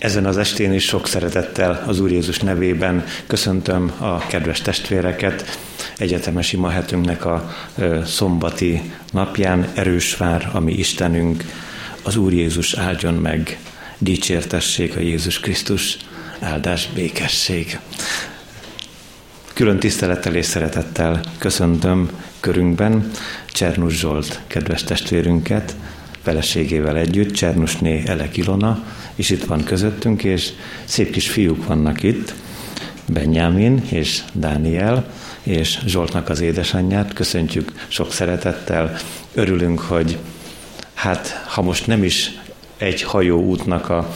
Ezen az estén is sok szeretettel az Úr Jézus nevében köszöntöm a kedves testvéreket. Egyetemes imahetünknek a szombati napján erős-vár a mi Istenünk, az Úr Jézus áldjon meg, dicsértessék a Jézus Krisztus, áldás, békesség. Külön tisztelettel és szeretettel köszöntöm körünkben Csernus Zsolt kedves testvérünket, feleségével együtt, Csernusné Elek Ilona, és itt van közöttünk, és szép kis fiúk vannak itt, Benjamin és Dániel, és Zsoltnak az édesanyját köszöntjük sok szeretettel. Örülünk, hogy ha most nem is egy hajóútnak a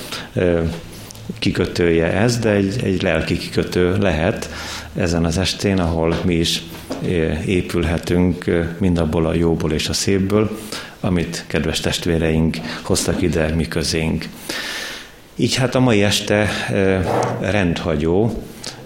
kikötője ez, de egy lelki kikötő lehet ezen az estén, ahol mi is épülhetünk mindabból a jóból és a szépből, amit kedves testvéreink hoztak ide mi közénk. Így a mai este rendhagyó,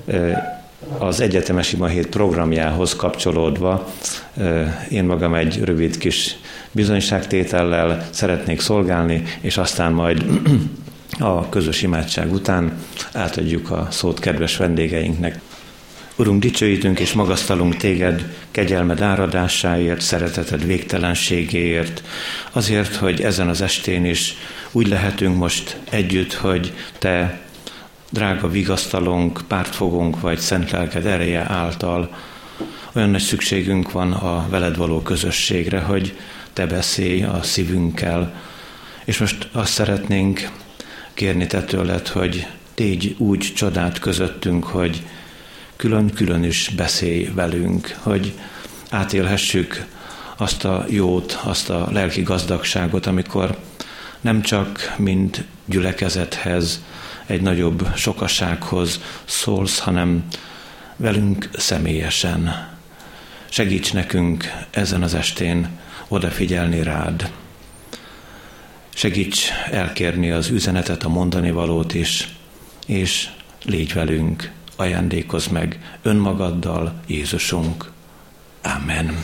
az Egyetemes Imahét programjához kapcsolódva én magam egy rövid kis bizonyságtétellel szeretnék szolgálni, és aztán majd a közös imádság után átadjuk a szót kedves vendégeinknek. Urunk, dicsőítünk és magasztalunk Téged kegyelmed áradásáért, szereteted végtelenségéért, azért, hogy ezen az estén is úgy lehetünk most együtt, hogy Te, drága vigasztalónk, pártfogónk vagy szent lelked ereje által olyan nagy szükségünk van a veled való közösségre, hogy Te beszélj a szívünkkel, és most azt szeretnénk kérni Te tőled, hogy tégy úgy csodát közöttünk, hogy külön-külön is beszélj velünk, hogy átélhessük azt a jót, azt a lelki gazdagságot, amikor nem csak mind gyülekezethez, egy nagyobb sokasághoz szólsz, hanem velünk személyesen. Segíts nekünk ezen az estén odafigyelni rád. Segíts elkérni az üzenetet, a mondani valót is, és légy velünk, ajándékozz meg önmagaddal, Jézusunk. Amen.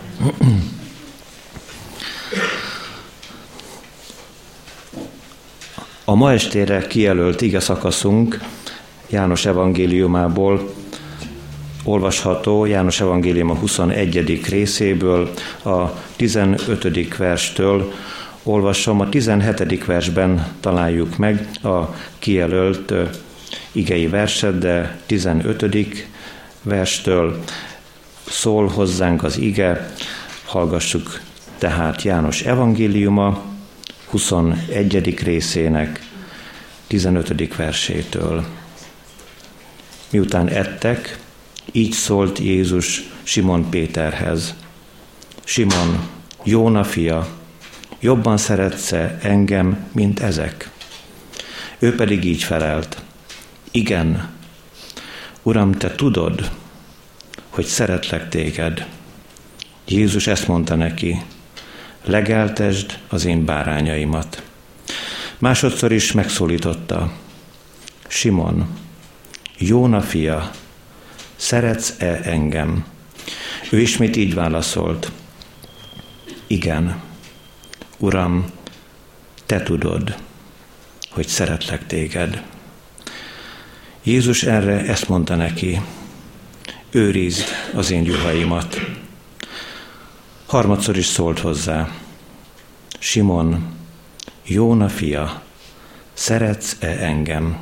A ma estére kijelölt igeszakaszunk János evangéliumából olvasható, János evangélium a 21. részéből, a 15. verstől olvasom, a 17. versben találjuk meg a kijelölt igei verset, de 15. verstől szól hozzánk az ige. Hallgassuk tehát János evangéliuma 21. részének 15. versétől. Miután ettek, így szólt Jézus Simon Péterhez: Simon, Jóna fia, jobban szeretsz-e engem, mint ezek? Ő pedig így felelt: Igen, Uram, te tudod, hogy szeretlek téged. Jézus ezt mondta neki: legeltesd az én bárányaimat. Másodszor is megszólította: Simon, Jóna fia, szeretsz-e engem? Ő ismét így válaszolt: Igen, Uram, te tudod, hogy szeretlek téged. Jézus erre ezt mondta neki: őrizd az én juhaimat. Harmadszor is szólt hozzá: Simon, Jóna fia, szeretsz-e engem?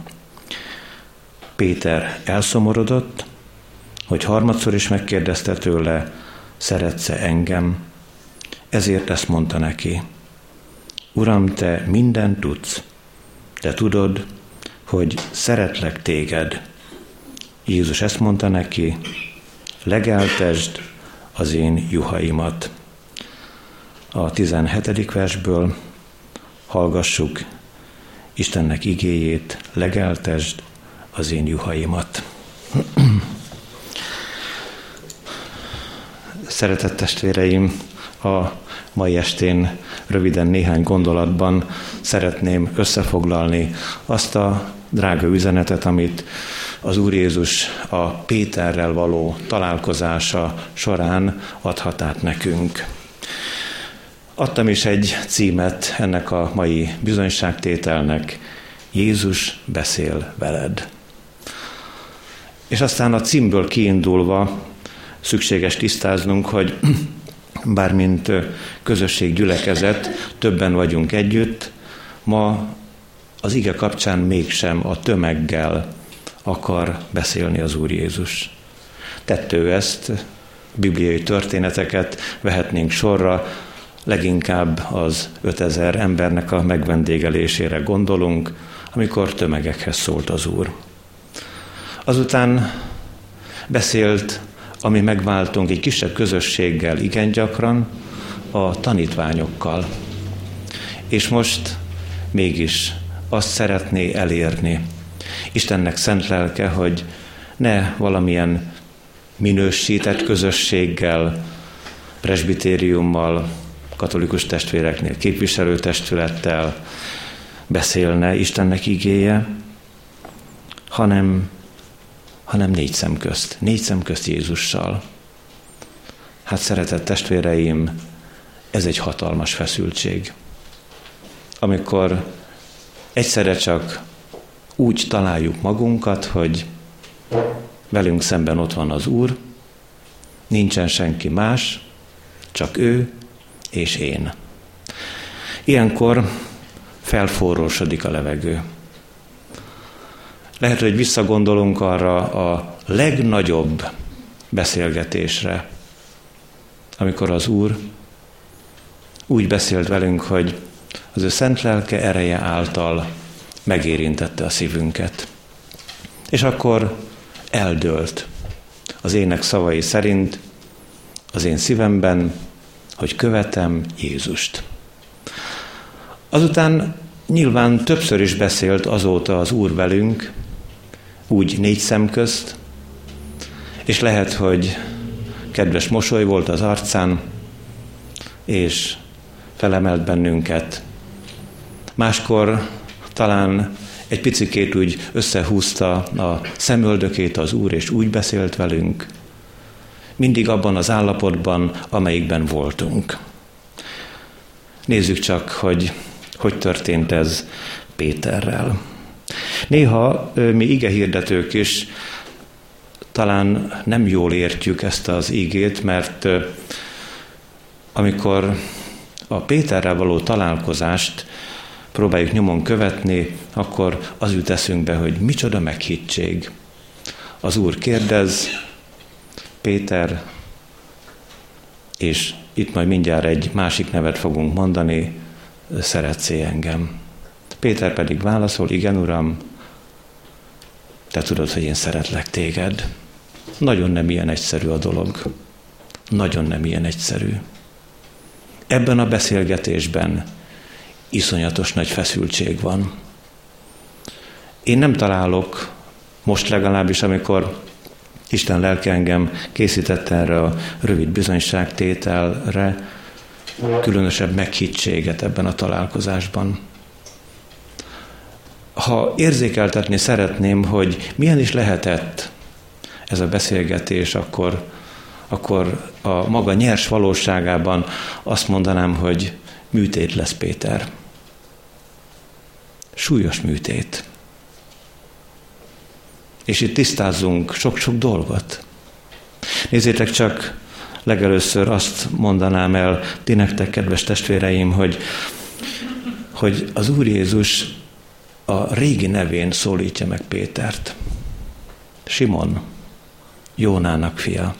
Péter elszomorodott, hogy harmadszor is megkérdezte tőle: szeretsz-e engem? Ezért ezt mondta neki: Uram, te mindent tudsz, te tudod, hogy szeretlek téged. Jézus ezt mondta neki: legeltesd az én juhaimat. A 17. versből hallgassuk Istennek igéjét: legeltesd az én juhaimat. Szeretett testvéreim, a mai estén röviden néhány gondolatban szeretném összefoglalni azt a drága üzenetet, amit az Úr Jézus a Péterrel való találkozása során adhat át nekünk. Adtam is egy címet ennek a mai bizonyságtételnek: Jézus beszél veled. És aztán a címből kiindulva szükséges tisztáznunk, hogy bármint közösség, gyülekezet, többen vagyunk együtt, ma az ige kapcsán mégsem a tömeggel akar beszélni az Úr Jézus. Tette ő ezt, bibliai történeteket vehetnénk sorra, leginkább az 5000 embernek a megvendégelésére gondolunk, amikor tömegekhez szólt az Úr. Azután beszélt, ami megváltunk egy kisebb közösséggel igen gyakran, a tanítványokkal. És most mégis azt szeretné elérni Istennek szent lelke, hogy ne valamilyen minősített közösséggel, presbitériummal, katolikus testvéreknél, képviselőtestülettel beszélne Istennek igéje, hanem négy szem közt Jézussal. Hát szeretett testvéreim, ez egy hatalmas feszültség. Amikor egyszerre csak úgy találjuk magunkat, hogy velünk szemben ott van az Úr, nincsen senki más, csak ő és én. Ilyenkor felforrósodik a levegő. Lehet, hogy visszagondolunk arra a legnagyobb beszélgetésre, amikor az Úr úgy beszélt velünk, hogy az ő szent lelke ereje által megérintette a szívünket. És akkor eldőlt az ének szavai szerint az én szívemben, hogy követem Jézust. Azután nyilván többször is beszélt azóta az Úr velünk, úgy négy szem közt, és lehet, hogy kedves mosoly volt az arcán, és felemelt bennünket. Máskor talán egy picikét úgy összehúzta a szemöldökét az Úr, és úgy beszélt velünk, mindig abban az állapotban, amelyikben voltunk. Nézzük csak, hogy történt ez Péterrel. Néha mi igehirdetők is talán nem jól értjük ezt az igét, mert amikor a Péterrel való találkozást próbáljuk nyomon követni, akkor az jut eszünkbe, hogy micsoda meghittség. Az Úr kérdez, Péter, és itt majd mindjárt egy másik nevet fogunk mondani, szeretsz-e engem? Péter pedig válaszol, igen, Uram, te tudod, hogy én szeretlek téged. Nagyon nem ilyen egyszerű a dolog. Nagyon nem ilyen egyszerű. Ebben a beszélgetésben iszonyatos nagy feszültség van. Én nem találok, most legalábbis, amikor Isten lelke engem készítette erre a rövid bizonyságtételre, különösebb meghittséget ebben a találkozásban. Ha érzékeltetni szeretném, hogy milyen is lehetett ez a beszélgetés, akkor a maga nyers valóságában azt mondanám, hogy műtét lesz Péter. Súlyos műtét. És itt tisztázzunk sok-sok dolgot. Nézzétek csak, legelőször azt mondanám el ti nektek, kedves testvéreim, hogy az Úr Jézus a régi nevén szólítja meg Pétert. Simon, Jónának fia.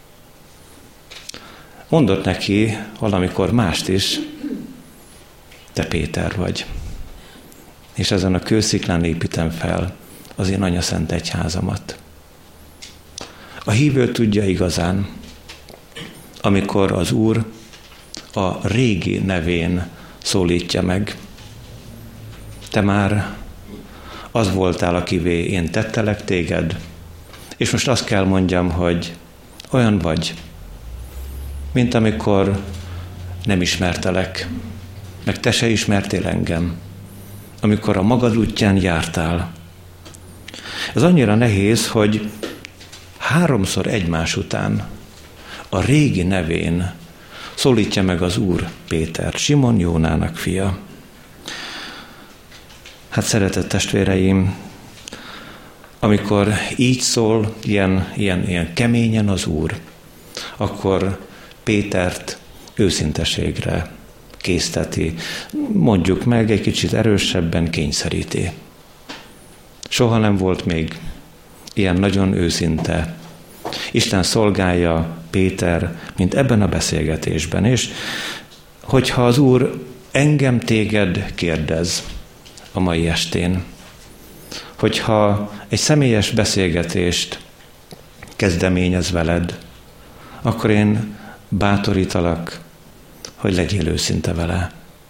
Mondott neki valamikor mást is, te Péter vagy. És ezen a kősziklán építem fel az én anyaszent egyházamat. A hívő tudja igazán, amikor az Úr a régi nevén szólítja meg. Te már az voltál, akivé én tettelek téged, és most azt kell mondjam, hogy olyan vagy, mint amikor nem ismertelek, meg te se ismertél engem, amikor a magad útján jártál. Ez annyira nehéz, hogy 3-szor egymás után a régi nevén szólítja meg az Úr Péter, Simon Jónának fia. Hát szeretett testvéreim, amikor így szól, ilyen keményen az Úr, akkor Pétert őszinteségre készteti, mondjuk meg egy kicsit erősebben kényszeríti. Soha nem volt még ilyen nagyon őszinte. Isten szolgálja Péter, mint ebben a beszélgetésben. És hogyha az Úr engem téged kérdez a mai estén, hogyha egy személyes beszélgetést kezdeményez veled, akkor én bátorítalak, hogy legyél őszinte vele.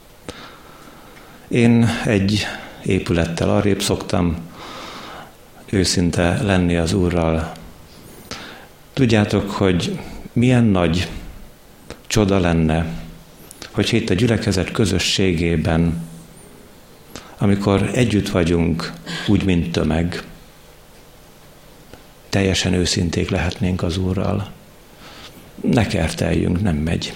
Én egy épülettel arrébb szoktam őszinte lenni az Úrral. Tudjátok, hogy milyen nagy csoda lenne, hogy itt a gyülekezet közösségében, amikor együtt vagyunk, úgy, mint tömeg, teljesen őszinték lehetnénk az Úrral. Ne kerteljünk, nem megy.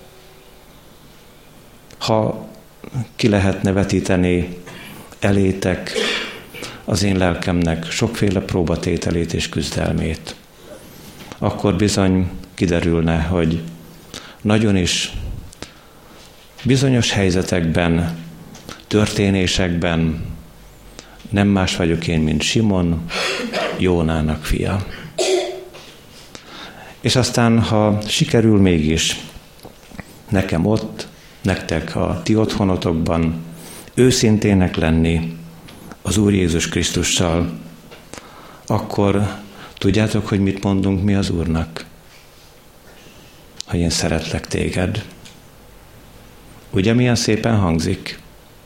Ha ki lehetne vetíteni elétek az én lelkemnek sokféle próbatételét és küzdelmét, akkor bizony kiderülne, hogy nagyon is bizonyos helyzetekben, történésekben nem más vagyok én, mint Simon, Jónának fia. És aztán, ha sikerül mégis nekem ott, nektek a ti otthonotokban őszintének lenni az Úr Jézus Krisztussal, akkor tudjátok, hogy mit mondunk mi az Úrnak? Hogy én szeretlek téged. Ugye milyen szépen hangzik?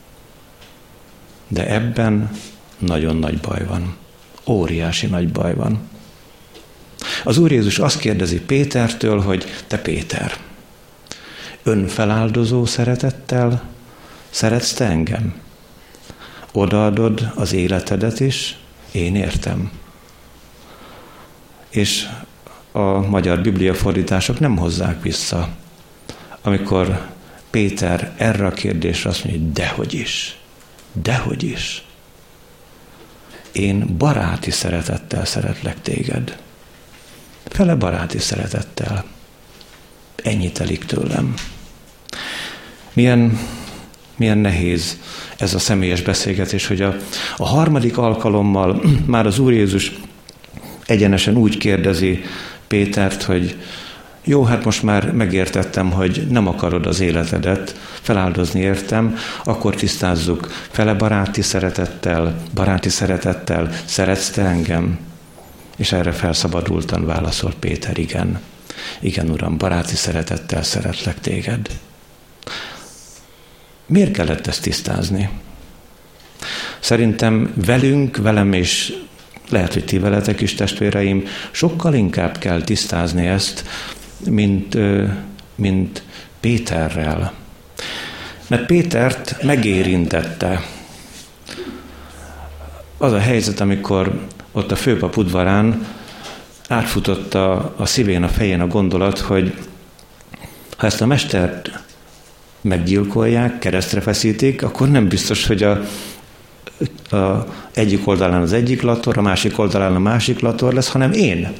De ebben nagyon nagy baj van. Óriási nagy baj van. Az Úr Jézus azt kérdezi Pétertől, hogy te Péter, önfeláldozó szeretettel szeretsz te engem? Odaadod az életedet is, én értem. És a magyar bibliafordítások nem hozzák vissza, amikor Péter erre a kérdésre azt mondja, hogy dehogy is. Én baráti szeretettel szeretlek téged. Fele baráti szeretettel. Ennyi telik tőlem. Milyen nehéz ez a személyes beszélgetés, hogy a harmadik alkalommal már az Úr Jézus egyenesen úgy kérdezi Pétert, hogy jó, hát most már megértettem, hogy nem akarod az életedet feláldozni értem, akkor tisztázzuk, fele baráti szeretettel szeretsz te engem? És erre felszabadultan válaszol Péter, igen. Igen, Uram, baráti szeretettel szeretlek téged. Miért kellett ezt tisztázni? Szerintem velem és lehet, hogy ti veletek is, testvéreim, sokkal inkább kell tisztázni ezt, mint Péterrel. Mert Pétert megérintette az a helyzet, amikor ott a főpap udvarán átfutott a szívén, a fején a gondolat, hogy ha ezt a mestert meggyilkolják, keresztre feszítik, akkor nem biztos, hogy a egyik oldalán az egyik lator, a másik oldalán a másik lator lesz, hanem én.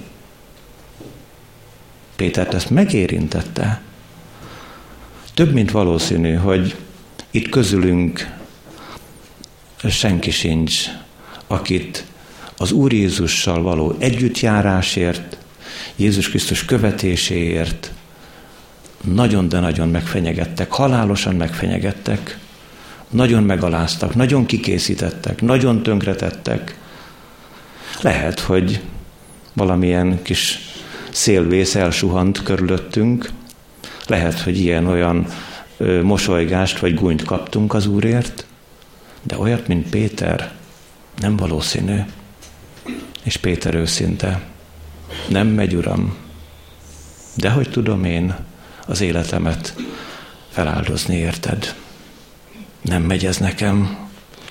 Pétert ezt megérintette. Több mint valószínű, hogy itt közülünk senki sincs, akit az Úr Jézussal való együttjárásért, Jézus Krisztus követéséért nagyon, de nagyon megfenyegettek, halálosan megfenyegettek, nagyon megaláztak, nagyon kikészítettek, nagyon tönkretettek. Lehet, hogy valamilyen kis szélvész elsuhant körülöttünk, lehet, hogy ilyen-olyan mosolygást vagy gúnyt kaptunk az Úrért, de olyat, mint Péter, nem valószínű. És Péter őszinte, nem megy, Uram, de hogy tudom én az életemet feláldozni érted? Nem megy ez nekem.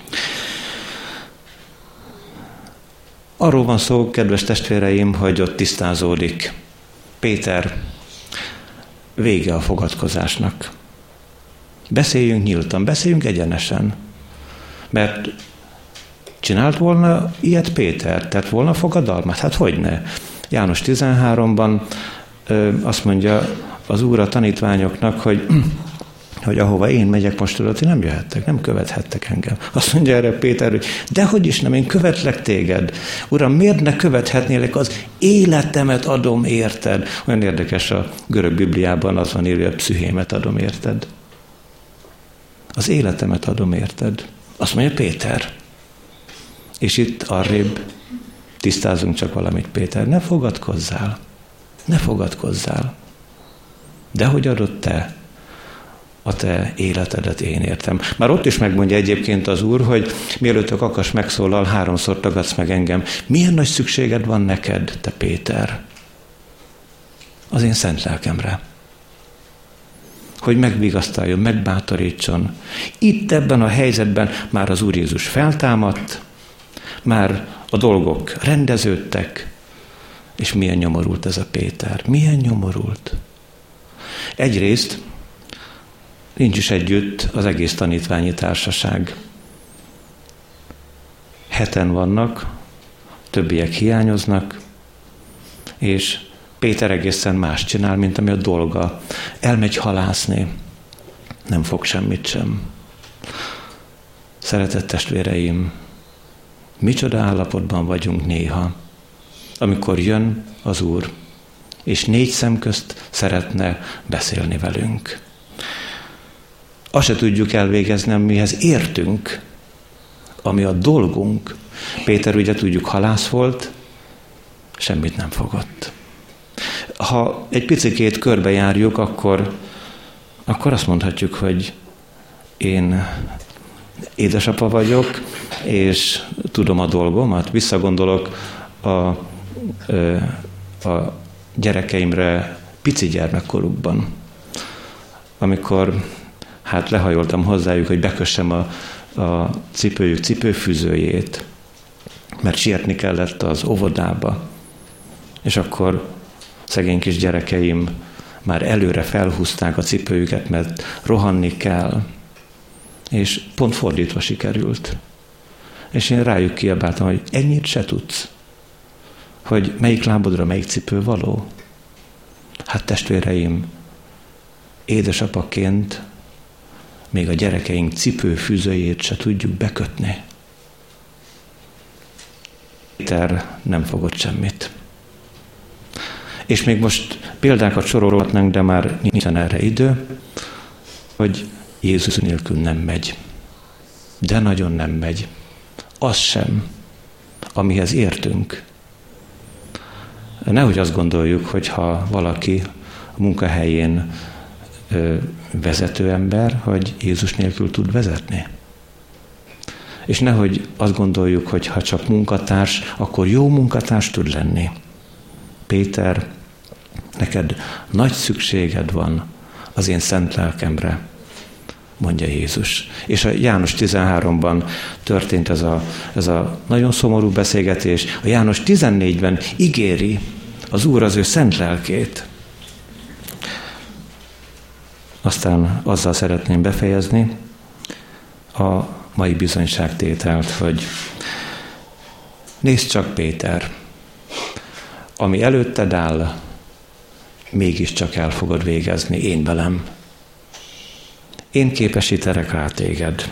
Arról van szó, kedves testvéreim, hogy ott tisztázódik. Péter, vége a fogadkozásnak. Beszéljünk nyíltan, beszéljünk egyenesen. Mert Csinált volna ilyet Péter? Tett volna fogadalmat? Hát hogyne. János 13-ban azt mondja az Úr a tanítványoknak, hogy ahova én megyek most, tudod, ti nem jöhettek, nem követhettek engem. Azt mondja erre Péter, hogy dehogy is nem, én követlek téged. Uram, miért ne követhetnélek, az életemet adom érted. Olyan érdekes, a görög Bibliában az van írva, hogy a pszichémet adom érted. Az életemet adom érted. Azt mondja Péter. És itt arrébb tisztázunk csak valamit, Péter. Ne fogadkozzál. Ne fogadkozzál. De hogy adod te a te életedet én értem. Már ott is megmondja egyébként az Úr, hogy mielőtt a kakas megszólal, 3-szor tagadsz meg engem. Milyen nagy szükséged van neked, te Péter? Az én szent lelkemre. Hogy megvigasztaljon, megbátorítson. Itt ebben a helyzetben már az Úr Jézus feltámadt, már a dolgok rendeződtek, és milyen nyomorult ez a Péter. Milyen nyomorult. Egyrészt nincs is együtt az egész tanítványi társaság. 7 vannak, többiek hiányoznak, és Péter egészen más csinál, mint ami a dolga. Elmegy halászni, nem fog semmit sem. Szeretett testvéreim, micsoda állapotban vagyunk néha, amikor jön az Úr, és 4 szem közt szeretne beszélni velünk. Azt se tudjuk elvégezni, amihez értünk, ami a dolgunk. Péter ugye tudjuk halász volt, semmit nem fogott. Ha egy picikét körbejárjuk, akkor azt mondhatjuk, hogy én édesapa vagyok, és tudom a dolgomat. Visszagondolok a gyerekeimre pici gyermekkorukban, amikor lehajoltam hozzájuk, hogy bekössem a cipőjük cipőfűzőjét, mert sietni kellett az óvodába. És akkor szegény kis gyerekeim már előre felhúzták a cipőjüket, mert rohanni kell. És pont fordítva sikerült. És én rájuk kiabáltam, hogy ennyit se tudsz. Hogy melyik lábodra melyik cipő való. Hát testvéreim, édesapaként még a gyerekeink cipőfűzőjét se tudjuk bekötni. Péter nem fogott semmit. És még most példákat sorolhatnánk, de már nincsen erre idő, hogy Jézus nélkül nem megy. De nagyon nem megy. Az sem, amihez értünk. Nehogy azt gondoljuk, hogy ha valaki a munkahelyén vezetőember, hogy Jézus nélkül tud vezetni. És nehogy azt gondoljuk, hogy ha csak munkatárs, akkor jó munkatárs tud lenni. Péter, neked nagy szükséged van az én szent lelkemre, mondja Jézus. És a János 13-ban történt ez a nagyon szomorú beszélgetés. A János 14-ben ígéri az Úr az ő szent lelkét. Aztán azzal szeretném befejezni a mai bizonyságtételt, hogy nézd csak, Péter, ami előtted áll, mégiscsak el fogod végezni én velem. Én képesítelek rá téged.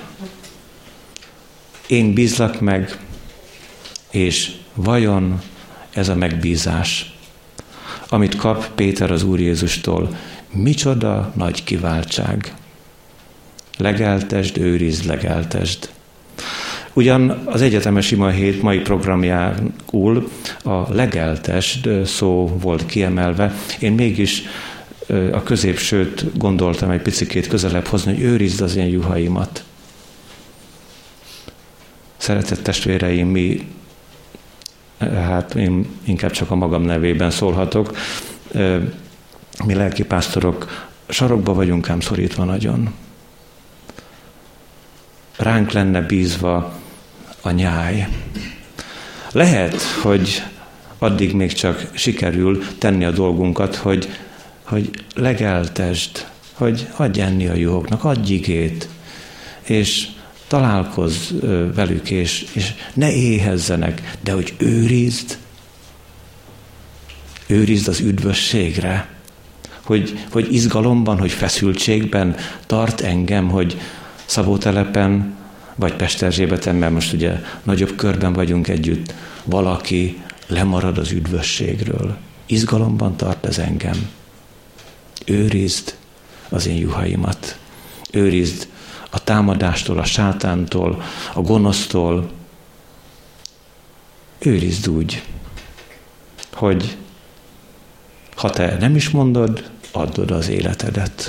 Én bízlak meg, és vajon ez a megbízás, amit kap Péter az Úr Jézustól, micsoda nagy kiváltság. Legeltesd, őrizd, legeltesd. Ugyan az Egyetemes Ima Hét mai programjául a legeltesd szó volt kiemelve, én mégis a középsőt gondoltam egy picikét közelebb hozni, hogy őrizd az én juhaimat. Szeretett testvéreim, én inkább csak a magam nevében szólhatok, mi lelkipásztorok sarokba vagyunk ám szorítva nagyon. Ránk lenne bízva a nyáj. Lehet, hogy addig még csak sikerül tenni a dolgunkat, hogy legeltesd, hogy adj enni a juhoknak, adj igét, és találkozz velük, és ne éhezzenek, de hogy őrizd az üdvösségre, hogy izgalomban, hogy feszültségben tart engem, hogy Szabótelepen, vagy Pesterzsébeten, mert most ugye nagyobb körben vagyunk együtt, valaki lemarad az üdvösségről. Izgalomban tart ez engem. Őrizd az én juhaimat. Őrizd a támadástól, a sátántól, a gonosztól. Őrizd úgy, hogy ha te nem is mondod, add oda az életedet.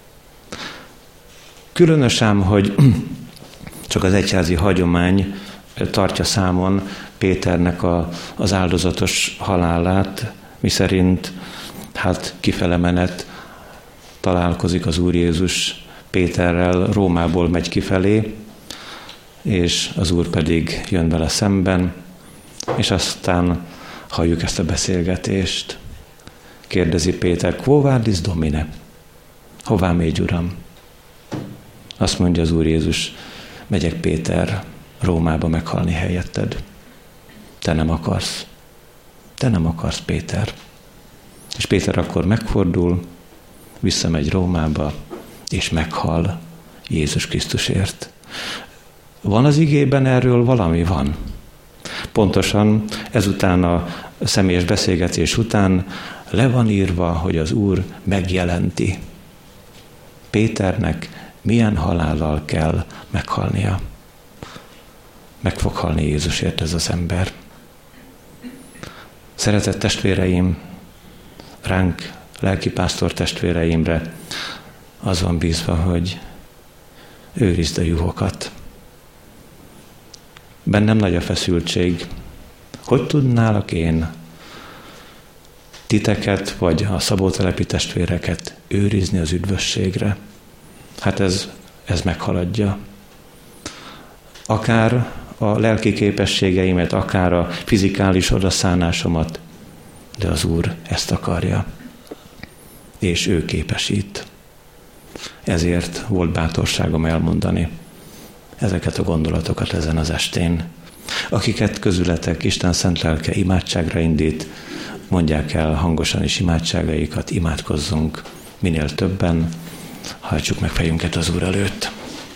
Különösen, hogy csak az egyházi hagyomány tartja számon Péternek az áldozatos halálát, miszerint kifele menet találkozik az Úr Jézus Péterrel, Rómából megy kifelé, és az Úr pedig jön vele szemben, és aztán halljuk ezt a beszélgetést. Kérdezi Péter, quo vadis Domine? Hová mégy, Uram? Azt mondja az Úr Jézus, megyek, Péter, Rómába meghalni helyetted. Te nem akarsz. Te nem akarsz, Péter. És Péter akkor megfordul, visszamegy Rómába, és meghal Jézus Krisztusért. Van az igében erről valami? Van. Pontosan ezután a személyes beszélgetés után le van írva, hogy az Úr megjelenti Péternek, milyen halállal kell meghalnia. Meg fog halni Jézusért ez az ember. Szeretett testvéreim, ránk, lelkipásztor testvéreimre az van bízva, hogy őrizd a juhokat. Bennem nagy a feszültség. Hogy tudnálak én titeket, vagy a szabótelepi testvéreket őrizni az üdvösségre? Ez meghaladja. Akár a lelki képességeimet, akár a fizikális odaszánásomat, de az Úr ezt akarja, és ő képesít. Ezért volt bátorságom elmondani ezeket a gondolatokat ezen az estén. Akiket közületek Isten szent lelke imádságra indít, mondják el hangosan is imádságaikat, imádkozzunk minél többen, hajtsuk meg fejünket az Úr előtt.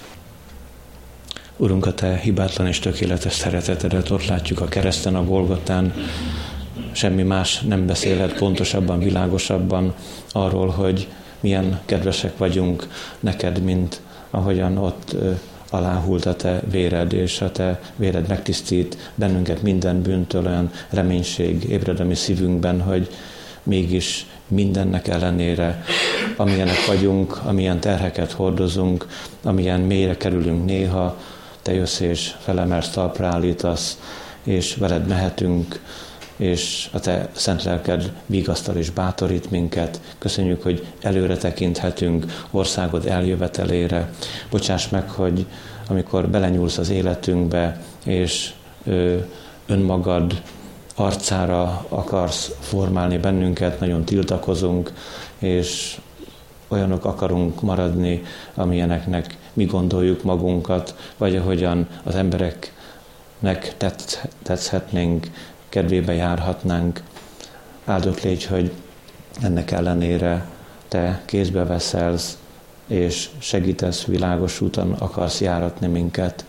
Urunk, a Te hibátlan és tökéletes szeretetedet ott látjuk a kereszten, a Golgotán. Semmi más nem beszélhet pontosabban, világosabban arról, hogy milyen kedvesek vagyunk neked, mint ahogyan ott aláhult a Te véred, és a Te véred megtisztít bennünket minden bűntől, olyan reménység ébred a mi szívünkben, hogy mégis mindennek ellenére, amilyenek vagyunk, amilyen terheket hordozunk, amilyen mélyre kerülünk néha, Te jössz és felemelsz, talpra állítasz, és veled mehetünk, és a Te szent lelked vigasztal és bátorít minket. Köszönjük, hogy előre tekinthetünk országod eljövetelére. Bocsáss meg, hogy amikor belenyúlsz az életünkbe, és önmagad arcára akarsz formálni bennünket, nagyon tiltakozunk, és olyanok akarunk maradni, amilyeneknek mi gondoljuk magunkat, vagy ahogyan az embereknek tetszhetnénk, kedvébe járhatnánk. Áldott légy, hogy ennek ellenére Te kézbe veszelsz, és segítesz, világos úton akarsz járatni minket.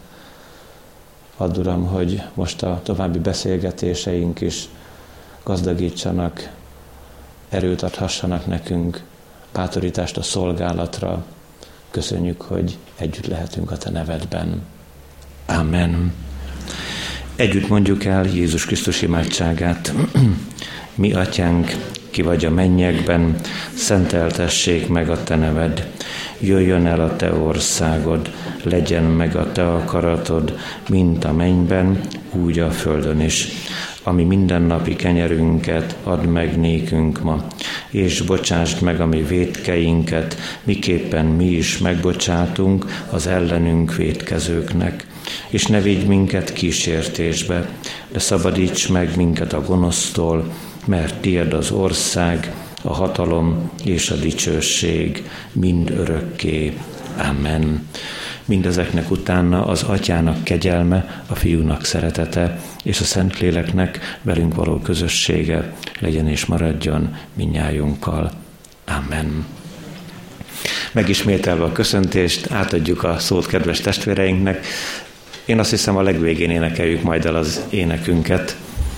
Add, Uram, hogy most a további beszélgetéseink is gazdagítsanak, erőt adhassanak nekünk, bátorítást a szolgálatra. Köszönjük, hogy együtt lehetünk a Te nevedben. Amen. Együtt mondjuk el Jézus Krisztus imádságát. Mi atyánk, ki vagy a mennyekben, szenteltessék meg a Te neved. Jöjjön el a Te országod, legyen meg a Te akaratod, mint a mennyben, úgy a földön is. Ami mindennapi kenyerünket add meg nékünk ma, és bocsásd meg a mi vétkeinket, miképpen mi is megbocsátunk az ellenünk vétkezőknek. És ne vigy minket kísértésbe, de szabadíts meg minket a gonosztól, mert tied az ország, a hatalom és a dicsőség mind örökké. Amen. Mindezeknek utána az Atyának kegyelme, a Fiúnak szeretete és a Szentléleknek velünk való közössége legyen és maradjon mindnyájunkkal. Amen. Megismételve a köszöntést, átadjuk a szót kedves testvéreinknek. Én azt hiszem, a legvégén énekeljük majd el az énekünket.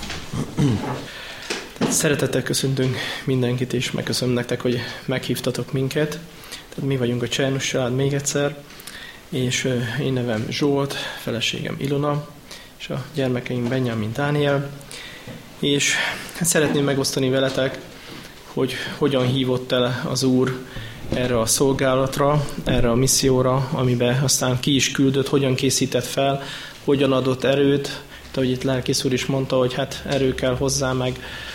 Szeretettel köszöntünk mindenkit, és megköszönöm nektek, hogy meghívtatok minket. Tehát mi vagyunk a Csernus család még egyszer, és én nevem Zsolt, feleségem Ilona, és a gyermekeim Benjamin, Dániel. És hát szeretném megosztani veletek, hogy hogyan hívott el az Úr erre a szolgálatra, erre a misszióra, amiben aztán ki is küldött, hogyan készített fel, hogyan adott erőt, ahogy itt lelkész úr is mondta, hogy hát erő kell hozzá, meg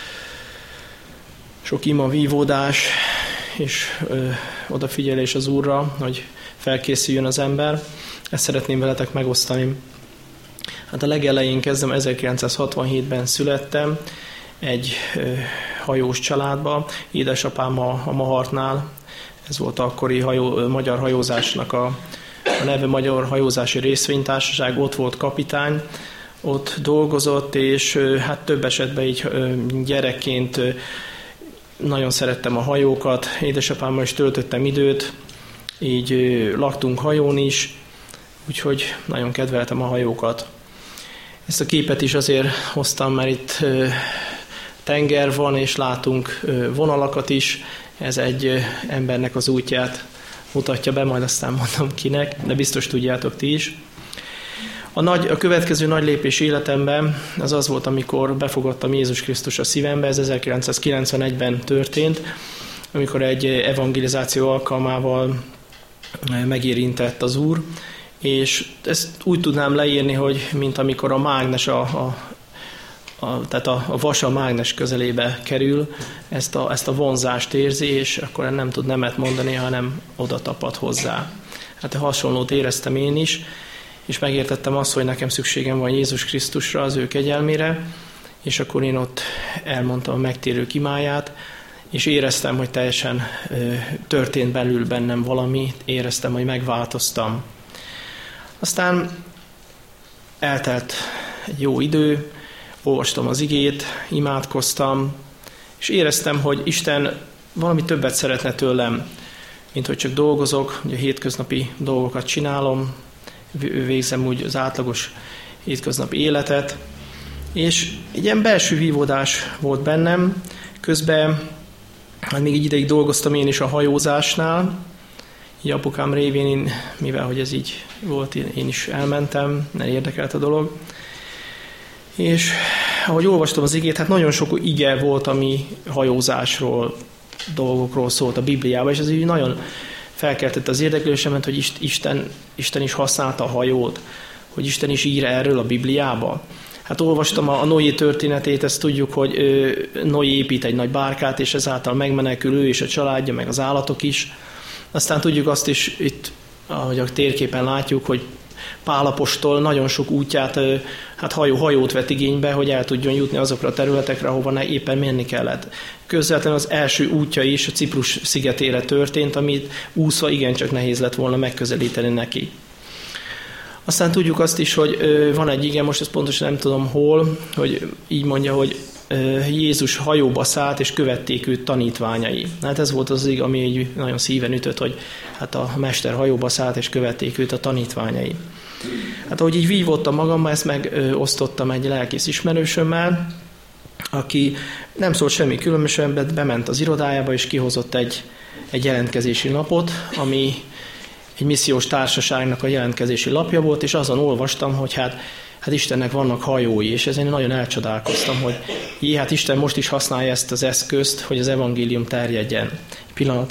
sok ima vívódás, és odafigyelés az Úrra, hogy felkészüljön az ember. Ezt szeretném veletek megosztani. Hát a legelején kezdem, 1967-ben születtem, egy hajós családba, édesapám a Mahartnál, ez volt akkori magyar hajózásnak a neve, Magyar Hajózási Részvénytársaság, ott volt kapitány, ott dolgozott, és hát több esetben így gyerekként nagyon szerettem a hajókat, édesapámmal is töltöttem időt, így laktunk hajón is, úgyhogy nagyon kedveltem a hajókat. Ezt a képet is azért hoztam, mert itt tenger van, és látunk vonalakat is, ez egy embernek az útját mutatja be, majd aztán mondom kinek, de biztos tudjátok ti is. A következő nagy lépés életemben az volt, amikor befogadtam Jézus Krisztus a szívembe, ez 1991-ben történt, amikor egy evangelizáció alkalmával megérintett az Úr, és ezt úgy tudnám leírni, hogy mint amikor a mágnes, tehát a vas a mágnes közelébe kerül, ezt a vonzást érzi, és akkor nem tud nemet mondani, hanem oda tapad hozzá. Hát hasonlót éreztem én is, és megértettem azt, hogy nekem szükségem van Jézus Krisztusra, az ő kegyelmére, és akkor én ott elmondtam a megtérők imáját, és éreztem, hogy teljesen történt belül bennem valami, éreztem, hogy megváltoztam. Aztán eltelt egy jó idő, olvastam az igét, imádkoztam, és éreztem, hogy Isten valami többet szeretne tőlem, mint hogy csak dolgozok, hogy a hétköznapi dolgokat csinálom, végzem úgy az átlagos hétköznapi életet, és egy ilyen belső vívódás volt bennem, közben hát még egy ideig dolgoztam én is a hajózásnál, így apukám révén, mivel hogy ez így volt, én is elmentem, nem érdekelt a dolog, és ahogy olvastam az igét, hát nagyon sok ige volt, ami hajózásról, dolgokról szólt a Bibliában, és ez így nagyon felkeltette az érdeklődésemet, hogy Isten is használta a hajót, hogy Isten is ír erről a Bibliába. Hát olvastam a Noé történetét, ezt tudjuk, hogy Noé épít egy nagy bárkát, és ezáltal megmenekül ő és a családja, meg az állatok is. Aztán tudjuk azt is, itt, ahogy a térképen látjuk, hogy Pál apostol nagyon sok útját, hát hajót vett igénybe, hogy el tudjon jutni azokra a területekre, ahova éppen menni kellett. Közvetlenül az első útja is a Ciprus szigetére történt, amit úszva igencsak nehéz lett volna megközelíteni neki. Aztán tudjuk azt is, hogy van egy ige, most ezt pontosan nem tudom hol, hogy így mondja, hogy Jézus hajóba szállt, és követték őt tanítványai. Hát ez volt az ige, ami így nagyon szíven ütött, hogy hát a mester hajóba szállt, és követték őt a tanítványai. Hát ahogy így vívottam magammal, ezt megosztottam egy lelkész ismerősömmel, aki nem szólt semmi különösebbet, bement az irodájába, és kihozott egy jelentkezési lapot, ami egy missziós társaságnak a jelentkezési lapja volt, és azon olvastam, hogy hát Istennek vannak hajói, és ezen nagyon elcsodálkoztam, hogy hát Isten most is használja ezt az eszközt, hogy az evangélium terjedjen. Pillanat.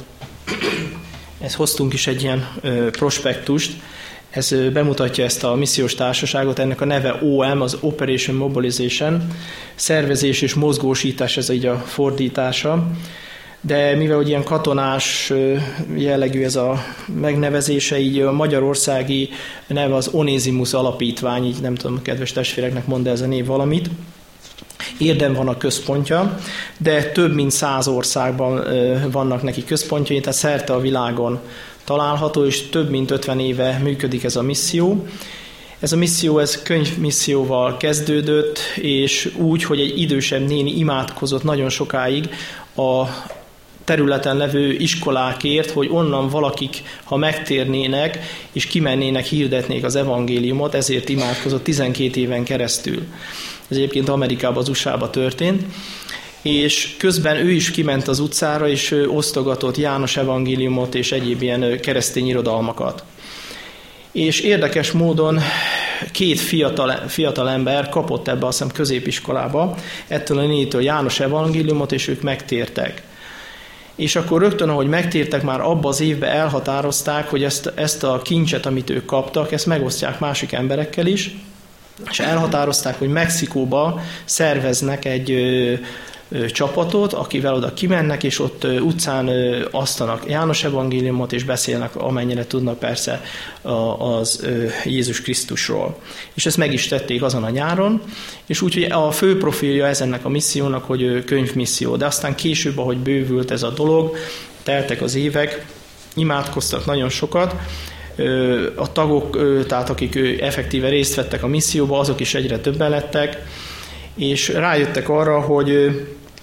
Ezt hoztunk is egy ilyen prospektust, ez bemutatja ezt a missziós társaságot, ennek a neve OM, az Operation Mobilization, szervezés és mozgósítás, ez így a fordítása. De mivel hogy ilyen katonás jellegű ez a megnevezése, így a magyarországi neve az Onézimus Alapítvány, így nem tudom, kedves testvéreknek mond ez a név valamit. Érdem van a központja, de több mint 100 országban vannak neki központjai, tehát szerte a világon található, és több mint 50 éve működik ez a misszió. Ez a misszió, ez könyvmisszióval kezdődött, és úgy, hogy egy idősebb néni imádkozott nagyon sokáig a területen levő iskolákért, hogy onnan valakik, ha megtérnének és kimennének, hirdetnék az evangéliumot, ezért imádkozott 12 éven keresztül. Ez egyébként Amerikában, az USA-ban történt. És közben ő is kiment az utcára, és osztogatott János evangéliumot és egyéb ilyen keresztény irodalmakat. És érdekes módon 2 fiatal ember kapott ebbe, azt hiszem, középiskolába ettől a nénitől János evangéliumot, és ők megtértek. És akkor rögtön, ahogy megtértek, már abban az évben elhatározták, hogy ezt a kincset, amit ők kaptak, ezt megosztják másik emberekkel is, és elhatározták, hogy Mexikóba szerveznek egy csapatot, akivel oda kimennek, és ott utcán asztanak János evangéliumot, és beszélnek, amennyire tudnak persze az Jézus Krisztusról. És ezt meg is tették azon a nyáron, és úgyhogy a fő profilja ennek a missziónak, hogy könyvmisszió. De aztán később, ahogy bővült ez a dolog, teltek az évek, imádkoztak nagyon sokat, a tagok, tehát akik effektíve részt vettek a misszióba, azok is egyre többen lettek, és rájöttek arra, hogy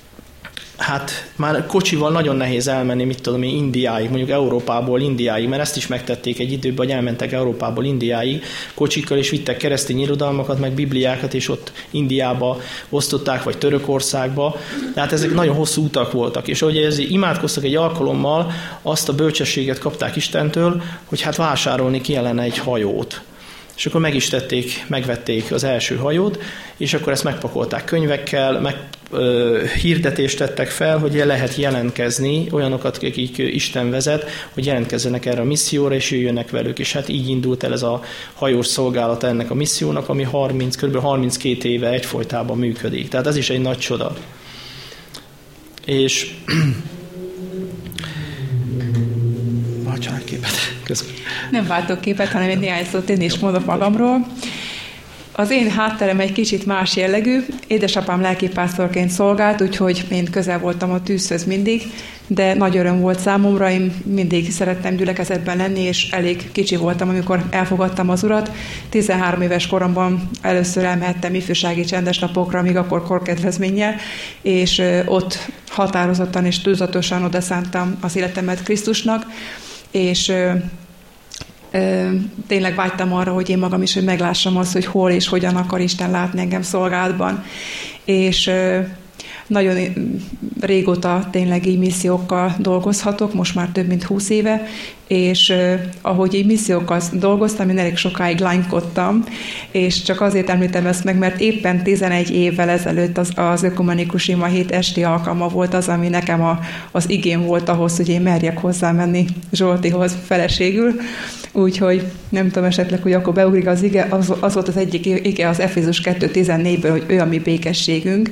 hát már kocsival nagyon nehéz elmenni, mit tudom én, Indiáig, mondjuk Európából Indiáig, mert ezt is megtették egy időben, hogy elmentek Európából Indiáig kocsikkal, és vittek keresztény irodalmakat, meg bibliákat, és ott Indiába osztották, vagy Törökországba. Tehát ezek nagyon hosszú utak voltak, és ahogy ezért imádkoztak egy alkalommal, azt a bölcsességet kapták Istentől, hogy hát vásárolni kellene egy hajót. És akkor meg is tették, megvették az első hajót, és akkor ezt megpakolták könyvekkel, hirdetést tettek fel, hogy lehet jelentkezni, olyanokat, akik Isten vezet, hogy jelentkezzenek erre a misszióra, és jöjjönek velük. És hát így indult el ez a hajós szolgálata ennek a missziónak, ami kb. 32 éve egyfolytában működik. Tehát ez is egy nagy csoda. És nem váltok képet, hanem egy néhány szót én is mondok magamról. Az én hátterem egy kicsit más jellegű. Édesapám lelkipásztorként szolgált, úgyhogy én közel voltam a tűzhöz mindig, de nagy öröm volt számomra, én mindig szerettem gyülekezetben lenni, és elég kicsi voltam, amikor elfogadtam az Urat. 13 éves koromban először elmehettem ifjúsági csendesnapokra, még akkor korkedvezménnyel, és ott határozottan és túlzatosan odaszántam az életemet Krisztusnak, és tényleg vágytam arra, hogy én magam is hogy meglássam azt, hogy hol és hogyan akar Isten látni engem szolgálatban. És nagyon régóta tényleg így missziókkal dolgozhatok, most már több mint 20 éve, és ahogy így missziókkal dolgoztam, én elég sokáig lánykodtam, és csak azért említem ezt meg, mert éppen 11 évvel ezelőtt az Ökumenikus Ima Hét esti alkalma volt az, ami nekem az igém volt ahhoz, hogy én merjek hozzámenni Zsoltihoz feleségül. Úgyhogy nem tudom esetleg, hogy akkor beugrik az ige, az volt az egyik ige az Efézus 2.14-ből, hogy ő a mi békességünk,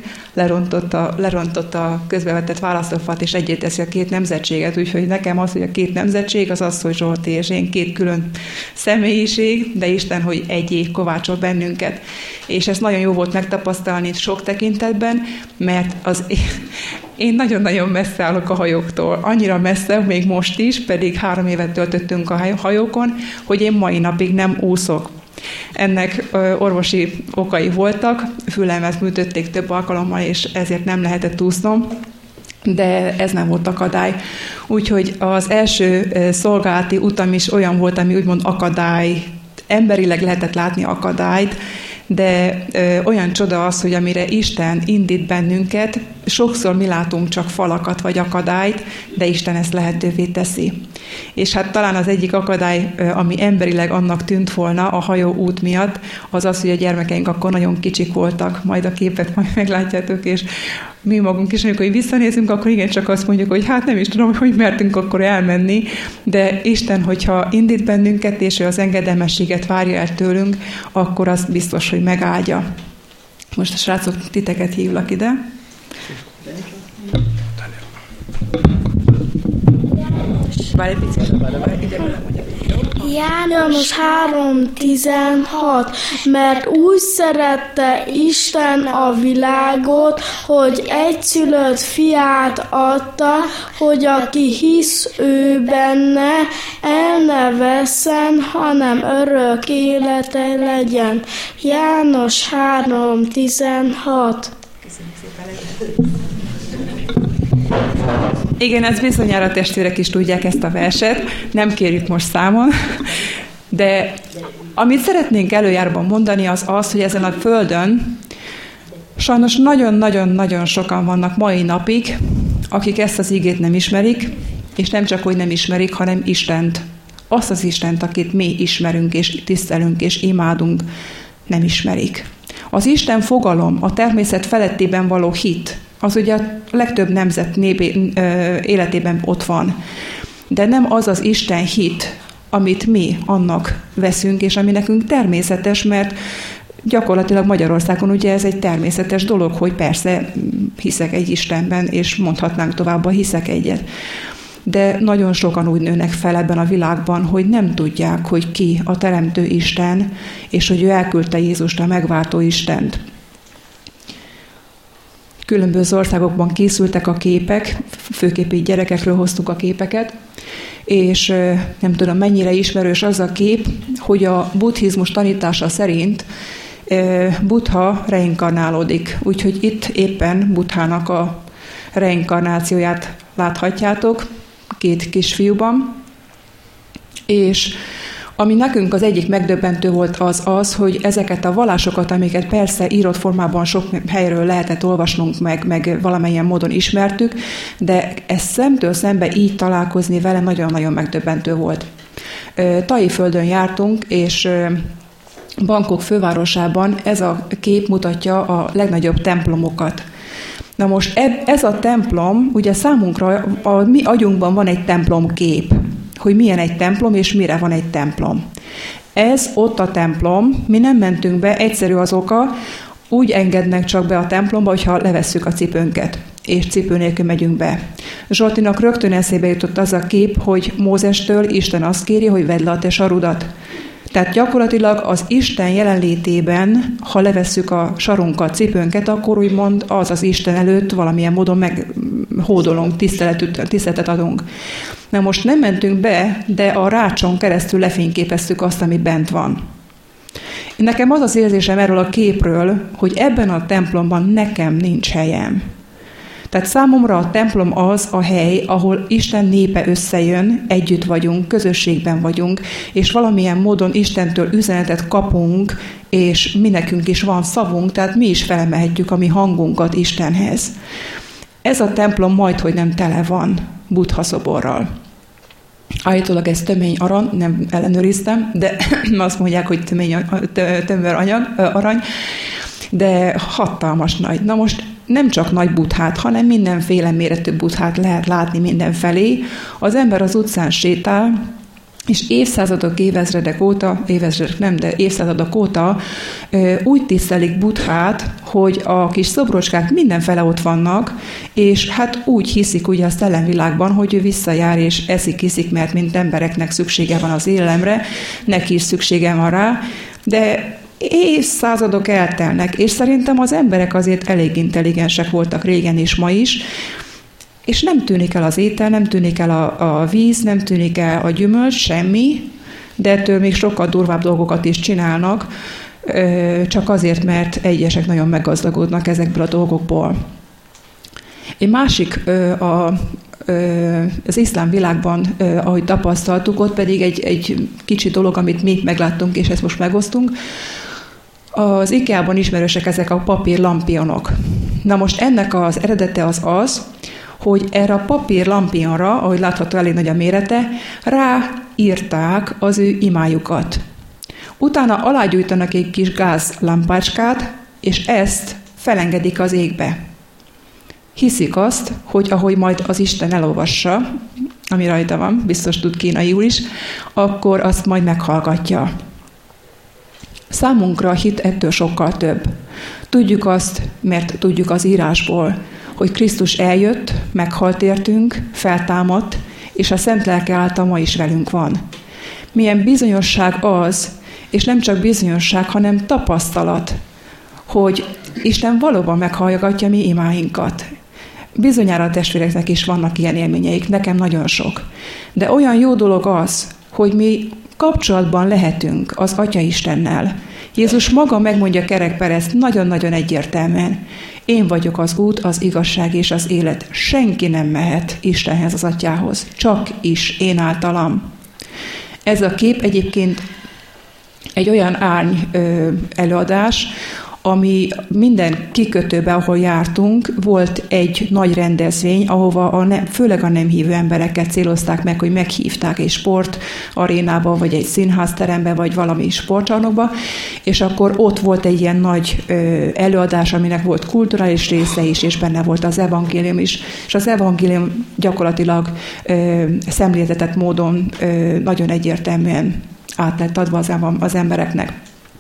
lerontotta a közbevetett választófát, és egyé teszi a 2 nemzetséget. Úgyhogy nekem az, hogy a 2 nemzetség, az, hogy Zsolti és én 2 külön személyiség, de Isten, hogy egyé kovácsol bennünket. És ezt nagyon jó volt megtapasztalni sok tekintetben, mert én nagyon-nagyon messze állok a hajóktól. Annyira messze, még most is, pedig 3 évet töltöttünk a hajókon, hogy én mai napig nem úszok. Ennek orvosi okai voltak, fülemet műtötték több alkalommal, és ezért nem lehetett úsznom, de ez nem volt akadály. Úgyhogy az első szolgálati utam is olyan volt, ami úgymond akadály, emberileg lehetett látni akadályt, de olyan csoda az, hogy amire Isten indít bennünket, sokszor mi látunk csak falakat vagy akadályt, de Isten ezt lehetővé teszi. És hát talán az egyik akadály, ami emberileg annak tűnt volna a hajó út miatt, az az, hogy a gyermekeink akkor nagyon kicsik voltak, majd a képet majd meglátjátok, és mi magunk is, amikor visszanézünk, akkor igencsak azt mondjuk, hogy hát nem is tudom, hogy mertünk akkor elmenni, de Isten, hogyha indít bennünket, és ő az engedelmességet várja el tőlünk, akkor az biztos, hogy megáldja. Most a srácok, titeket hívlak ide. Várj egy picit, ide bele mondjak. János 3:16, mert úgy szerette Isten a világot, hogy egyszülött fiát adta, hogy aki hisz ő benne, el ne vesszen, hanem örök élete legyen. János 3:16. Igen, ez bizonyára a testvérek is tudják ezt a verset, nem kérjük most számon, de amit szeretnénk előjárban mondani az az, hogy ezen a földön sajnos nagyon-nagyon-nagyon sokan vannak mai napig, akik ezt az igét nem ismerik, és nem csak, hogy nem ismerik, hanem Istent. Azt az Istent, akit mi ismerünk, és tisztelünk, és imádunk, nem ismerik. Az Isten fogalom, a természet felettében való hit, az ugye a legtöbb nemzet életében ott van. De nem az az Isten hit, amit mi annak veszünk, és ami nekünk természetes, mert gyakorlatilag Magyarországon ugye ez egy természetes dolog, hogy persze hiszek egy Istenben, és mondhatnánk tovább, hiszek egyet. De nagyon sokan úgy nőnek fel ebben a világban, hogy nem tudják, hogy ki a teremtő Isten, és hogy ő elküldte Jézust, a megváltó Istent. Különböző országokban készültek a képek, főképp így gyerekekről hoztuk a képeket, és nem tudom mennyire ismerős az a kép, hogy a buddhizmus tanítása szerint Buddha reinkarnálódik. Úgyhogy itt éppen Buddhának a reinkarnációját láthatjátok, 2 kisfiúban. És ami nekünk az egyik megdöbbentő volt az, hogy ezeket a vallásokat, amiket persze írott formában sok helyről lehetett olvasnunk, meg valamilyen módon ismertük, de ezt szemtől szembe így találkozni vele nagyon-nagyon megdöbbentő volt. Taiföldön jártunk, és Bangkok fővárosában ez a kép mutatja a legnagyobb templomokat. Na most ez a templom, ugye számunkra a mi agyunkban van egy templomkép, hogy milyen egy templom, és mire van egy templom. Ez ott a templom, mi nem mentünk be, egyszerű az oka, úgy engednek csak be a templomba, hogyha levesszük a cipőnket, és cipő nélkül megyünk be. Zsoltinak rögtön eszébe jutott az a kép, hogy Mózestől Isten azt kéri, hogy vedd le a te sarudat. Tehát gyakorlatilag az Isten jelenlétében, ha levesszük a sarunkat, cipőnket, akkor úgymond az Isten előtt valamilyen módon meghódolunk, tiszteletet adunk. Na most nem mentünk be, de a rácson keresztül lefényképeztük azt, ami bent van. Nekem az az érzésem erről a képről, hogy ebben a templomban nekem nincs helyem. Tehát számomra a templom az a hely, ahol Isten népe összejön, együtt vagyunk, közösségben vagyunk, és valamilyen módon Istentől üzenetet kapunk, és mi nekünk is van szavunk, tehát mi is felemelhetjük a mi hangunkat Istenhez. Ez a templom majdhogy nem tele van Buddha szoborral. Állítólag ez tömény arany, nem ellenőriztem, de azt mondják, hogy tömör arany, de hatalmas nagy. Na most nem csak nagy Buddhát, hanem mindenféle méretű Buddhát lehet látni mindenfelé. Az ember az utcán sétál, és évszázadok, évezredek óta, évezredek nem, de évszázadok óta úgy tisztelik Buddhát, hogy a kis szobrocskák mindenfele ott vannak, és hát úgy hiszik ugye a szellemvilágban, hogy ő visszajár és eszik, mert mint embereknek szüksége van az élelemre, neki is szüksége van rá, de évszázadok eltelnek, és szerintem az emberek azért elég intelligensek voltak régen és ma is, és nem tűnik el az étel, nem tűnik el a víz, nem tűnik el a gyümölcs, semmi, de ettől még sokkal durvább dolgokat is csinálnak, csak azért, mert egyesek nagyon meggazdagodnak ezekből a dolgokból. Egy másik az iszlám világban, ahogy tapasztaltuk, ott pedig egy kicsi dolog, amit mi megláttunk, és ezt most megosztunk. Az IKEA-ban ismerősek ezek a papír lampionok. Na most ennek az eredete az, hogy erre a papír lampionra, ahogy látható, elég nagy a mérete, ráírták az ő imájukat. Utána alágyújtanak egy kis gázlampácskát, és ezt felengedik az égbe. Hiszik azt, hogy ahogy majd az Isten elolvassa, ami rajta van, biztos tud kínaiul is, akkor azt majd meghallgatja. Számunkra a hit ettől sokkal több. Tudjuk azt, mert tudjuk az írásból, hogy Krisztus eljött, meghalt értünk, feltámadt, és a Szent Lelke által ma is velünk van. milyen bizonyosság az, és nem csak bizonyosság, hanem tapasztalat, hogy Isten valóban meghallgatja mi imáinkat. Bizonyára a testvéreknek is vannak ilyen élményeik, nekem nagyon sok. De olyan jó dolog az, hogy mi kapcsolatban lehetünk az Atya Istennel. Jézus maga megmondja kerekperezt nagyon-nagyon egyértelműen. Én vagyok az út, az igazság és az élet. Senki nem mehet Istenhez, az Atyához. Csak is én általam. Ez a kép egyébként egy olyan árny előadás, ami minden kikötőben, ahol jártunk, volt egy nagy rendezvény, ahova főleg a nem hívő embereket célozták meg, hogy meghívták egy sportarénába, vagy egy színházterembe, vagy valami sportcsarnokba, és akkor ott volt egy ilyen nagy előadás, aminek volt kulturális része is, és benne volt az evangélium is, és az evangélium gyakorlatilag szemléltetett módon nagyon egyértelműen át lett adva az embereknek.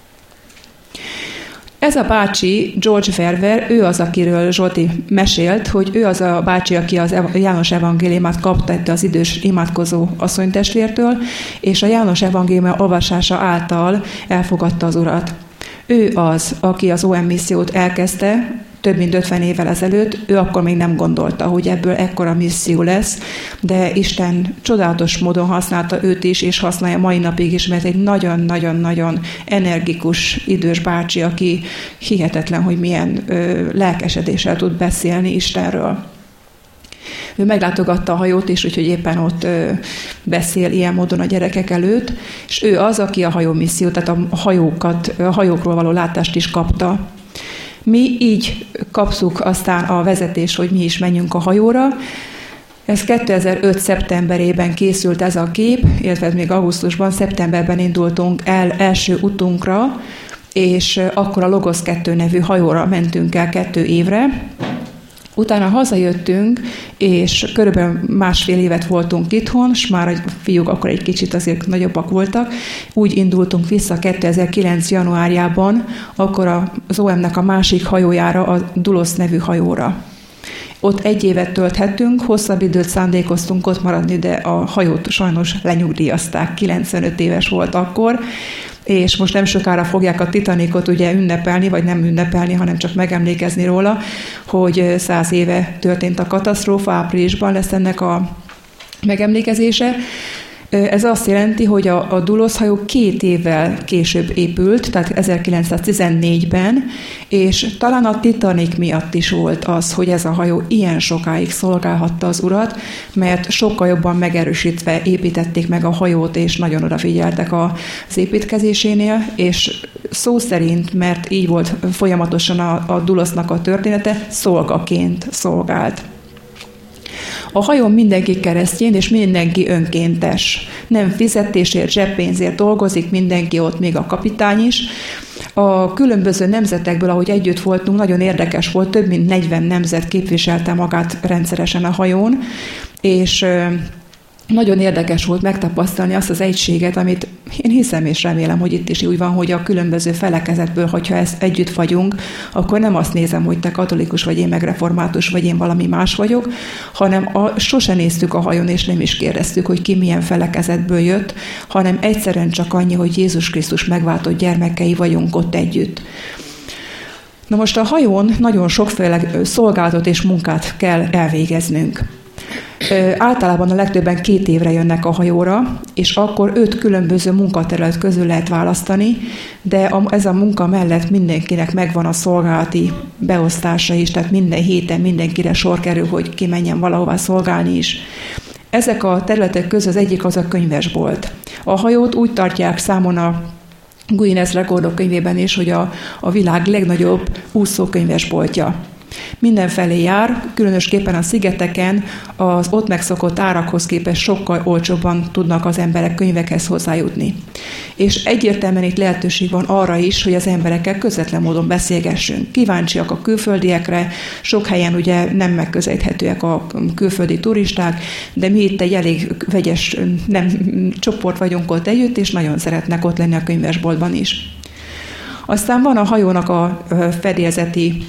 Ez a bácsi, George Verwer, ő az, akiről Zsolti mesélt, hogy ő az a bácsi, aki az János evangéliumát kapta az idős imádkozó asszonytestvértől, és a János evangélium olvasása által elfogadta az Urat. Ő az, aki az OM missziót elkezdte, több mint 50 évvel ezelőtt, ő akkor még nem gondolta, hogy ebből ekkora misszió lesz, de Isten csodálatos módon használta őt is, és használja mai napig is, mert egy nagyon-nagyon-nagyon energikus idős bácsi, aki hihetetlen, hogy milyen lelkesedéssel tud beszélni Istenről. Ő meglátogatta a hajót is, úgyhogy éppen ott beszél ilyen módon a gyerekek előtt, és ő az, aki a hajómisszió, tehát a hajókról való látást is kapta. Mi így kapszuk aztán a vezetést, hogy mi is menjünk a hajóra. Ez 2005. szeptemberében készült ez a kép, illetve még augusztusban, szeptemberben indultunk el első utunkra, és akkor a Logos 2 nevű hajóra mentünk el 2 évre. Utána hazajöttünk, és körülbelül 1,5 évet voltunk itthon, és már a fiúk akkor egy kicsit azért nagyobbak voltak. Úgy indultunk vissza 2009. januárjában, akkor az OM-nek a másik hajójára, a Dulos nevű hajóra. Ott 1 évet tölthettünk, hosszabb időt szándékoztunk ott maradni, de a hajót sajnos lenyugdíjazták, 95 éves volt akkor, és most nem sokára fogják a Titanicot ugye ünnepelni, vagy nem ünnepelni, hanem csak megemlékezni róla, hogy 100 éve történt a katasztrófa, áprilisban lesz ennek a megemlékezése. Ez azt jelenti, hogy a Dulos hajó 2 évvel később épült, tehát 1914-ben, és talán a Titanic miatt is volt az, hogy ez a hajó ilyen sokáig szolgálhatta az Urat, mert sokkal jobban megerősítve építették meg a hajót, és nagyon odafigyeltek az építkezésénél, és szó szerint, mert így volt folyamatosan a Dulosnak a története, szolgaként szolgált. A hajón mindenki keresztény, és mindenki önkéntes. Nem fizetésért, zseppénzért dolgozik, mindenki ott, még a kapitány is. A különböző nemzetekből, ahogy együtt voltunk, nagyon érdekes volt, több mint 40 nemzet képviselte magát rendszeresen a hajón, és nagyon érdekes volt megtapasztalni azt az egységet, amit én hiszem és remélem, hogy itt is úgy van, hogy a különböző felekezetből, hogyha ezt együtt vagyunk, akkor nem azt nézem, hogy te katolikus vagy, én meg református vagy, én valami más vagyok, hanem sose néztük a hajón, és nem is kérdeztük, hogy ki milyen felekezetből jött, hanem egyszerűen csak annyi, hogy Jézus Krisztus megváltott gyermekei vagyunk ott együtt. Na most a hajón nagyon sokféle szolgálatot és munkát kell elvégeznünk. Általában a legtöbben 2 évre jönnek a hajóra, és akkor 5 különböző munkaterület közül lehet választani, de ez a munka mellett mindenkinek megvan a szolgálati beosztása is, tehát minden héten mindenkire sor kerül, hogy ki menjen valahová szolgálni is. Ezek a területek közül az egyik az a könyvesbolt. A hajót úgy tartják számon a Guinness rekordok könyvében is, hogy a világ legnagyobb úszókönyvesboltja. Mindenfelé jár, különösképpen a szigeteken az ott megszokott árakhoz képest sokkal olcsóbban tudnak az emberek könyvekhez hozzájutni. És egyértelműen itt lehetőség van arra is, hogy az emberekkel közvetlen módon beszélgessünk. Kíváncsiak a külföldiekre, sok helyen ugye nem megközelíthetőek a külföldi turisták, de mi itt egy elég vegyes csoport vagyunk ott együtt, és nagyon szeretnek ott lenni a könyvesboltban is. Aztán van a hajónak a fedélzeti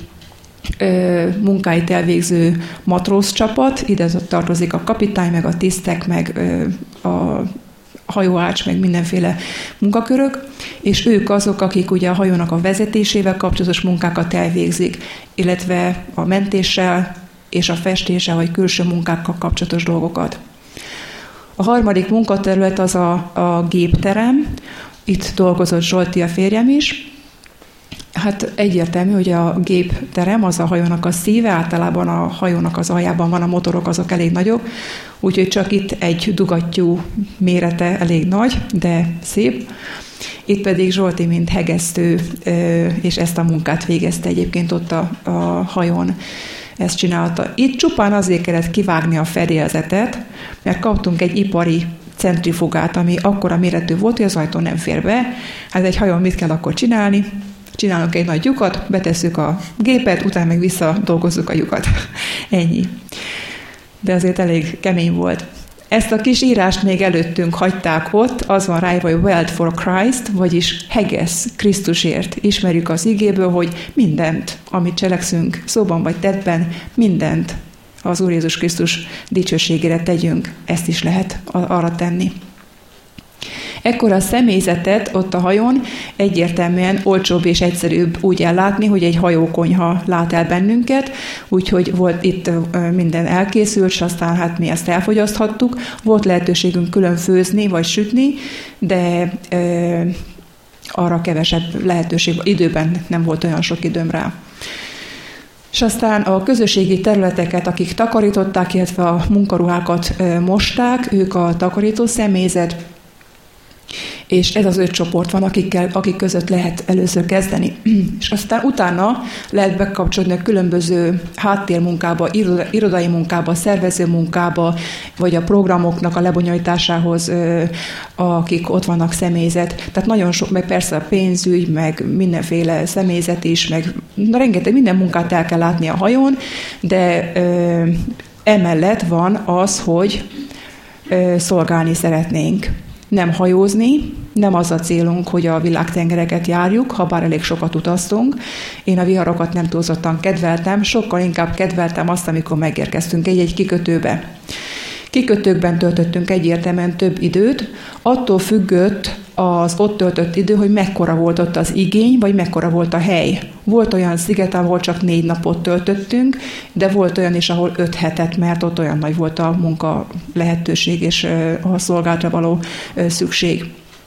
munkáit elvégző matróz csapat, ide tartozik a kapitány, meg a tisztek, meg hajóács, meg mindenféle munkakörök, és ők azok, akik ugye a hajónak a vezetésével kapcsolatos munkákat elvégzik, illetve a mentéssel és a festéssel vagy külső munkákkal kapcsolatos dolgokat. A harmadik munkaterület az a gépterem. Itt dolgozott Zsolti, a férjem is. Hát egyértelmű, hogy a gépterem az a hajónak a szíve, általában a hajónak az aljában van, a motorok azok elég nagyok, úgyhogy csak itt egy dugattyú mérete elég nagy, de szép. Itt pedig Zsolti, mint hegesztő, és ezt a munkát végezte egyébként ott a hajón. Ezt csinálta. Itt csupán azért kellett kivágni a fedélzetet, mert kaptunk egy ipari centrifugát, ami akkora méretű volt, hogy az ajtó nem fér be. Hát egy hajón mit kell akkor csinálni? Csinálunk egy nagy lyukat, betesszük a gépet, utána meg visszadolgozzuk a lyukat. Ennyi. De azért elég kemény volt. Ezt a kis írást még előttünk hagyták ott, az van ráírva, hogy Weld for Christ, vagyis hegesz Krisztusért. Ismerjük az igéből, hogy mindent, amit cselekszünk szóban vagy tettben, mindent az Úr Jézus Krisztus dicsőségére tegyünk. Ezt is lehet arra tenni. Ekkor a személyzetet ott a hajón egyértelműen olcsóbb és egyszerűbb úgy ellátni, hogy egy hajókonyha lát el bennünket, úgyhogy volt itt minden elkészült, és aztán hát mi ezt elfogyaszthattuk. Volt lehetőségünk külön főzni vagy sütni, de arra kevesebb lehetőség, időben nem volt olyan sok időm rá. És aztán a közösségi területeket, akik takarították, illetve a munkaruhákat mosták, ők a takarító személyzet, és ez az 5 csoport van, akik között lehet először kezdeni. És aztán utána lehet bekapcsolni a különböző háttérmunkába, irodai munkába, szervező munkába, vagy a programoknak a lebonyolításához, akik ott vannak személyzet. Tehát nagyon sok, meg persze a pénzügy, meg mindenféle személyzet is, meg rengeteg minden munkát el kell látni a hajón, de emellett van az, hogy szolgálni szeretnénk. Nem hajózni, nem az a célunk, hogy a világtengereket járjuk, ha bár elég sokat utaztunk. Én a viharokat nem túlzottan kedveltem, sokkal inkább kedveltem azt, amikor megérkeztünk egy kikötőbe. Kikötőkben töltöttünk egyértelműen több időt, attól függött az ott töltött idő, hogy mekkora volt ott az igény, vagy mekkora volt a hely. Volt olyan sziget, ahol csak 4 napot töltöttünk, de volt olyan is, ahol 5 hetet, mert ott olyan nagy volt a munka lehetőség és a szolgálatra való szükség.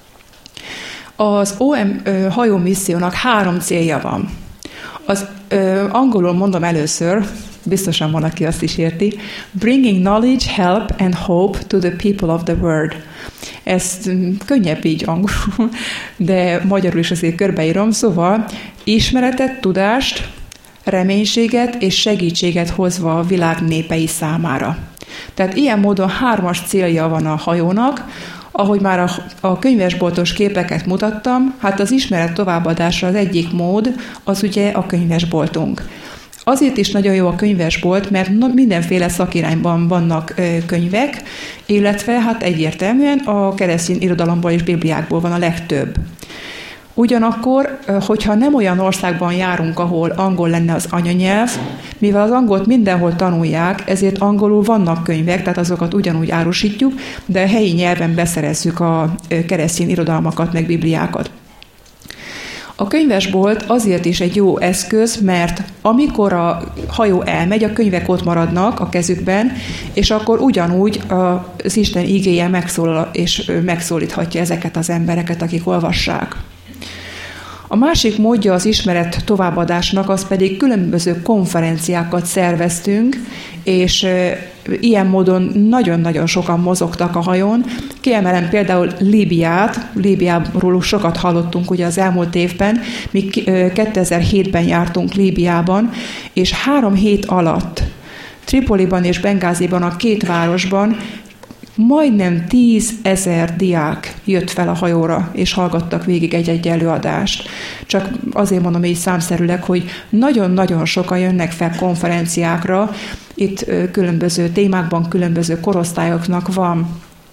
Az OM hajó missziónak 3 célja van. Az angolul mondom először, biztosan van, aki azt is érti. Bringing knowledge, help and hope to the people of the world. Ez könnyebb így angolul, de magyarul is azért körbeírom. Szóval ismeretet, tudást, reménységet és segítséget hozva a világ népei számára. Tehát ilyen módon 3 célja van a hajónak. Ahogy már a könyvesboltos képeket mutattam, hát az ismeret továbbadásra az egyik mód, az ugye a könyvesboltunk. Azért is nagyon jó a könyvesbolt, mert mindenféle szakirányban vannak könyvek, illetve hát egyértelműen a keresztény irodalomból és bibliákból van a legtöbb. Ugyanakkor, hogyha nem olyan országban járunk, ahol angol lenne az anyanyelv, mivel az angolt mindenhol tanulják, ezért angolul vannak könyvek, tehát azokat ugyanúgy árusítjuk, de a helyi nyelven beszerezzük a keresztény irodalmakat, meg bibliákat. A könyvesbolt azért is egy jó eszköz, mert amikor a hajó elmegy, a könyvek ott maradnak a kezükben, és akkor ugyanúgy az Isten igéje megszólal és megszólíthatja ezeket az embereket, akik olvassák. A másik módja az ismeret továbbadásnak, az pedig különböző konferenciákat szerveztünk, és ilyen módon nagyon-nagyon sokan mozogtak a hajón. Kiemelem például Líbiát. Líbiáról sokat hallottunk ugye az elmúlt évben. Mi 2007-ben jártunk Líbiában, és 3 hét alatt Tripoliban és Bengáziban, a 2 városban majdnem 10 000 diák jött fel a hajóra, és hallgattak végig egy-egy előadást. Csak azért mondom így számszerűleg, hogy nagyon-nagyon sokan jönnek fel konferenciákra. Itt különböző témákban, különböző korosztályoknak van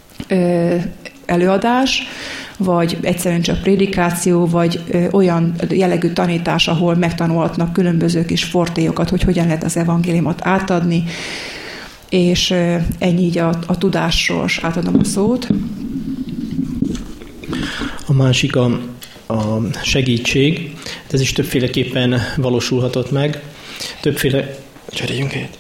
előadás, vagy egyszerűen csak prédikáció, vagy olyan jellegű tanítás, ahol megtanulhatnak különböző kis fortélyokat, hogy hogyan lehet az evangéliumot átadni, és ennyi így a tudásról, átadom a szót. A másik a segítség. Ez is többféleképpen valósulhatott meg. Többféle... Cseréljünk helyet.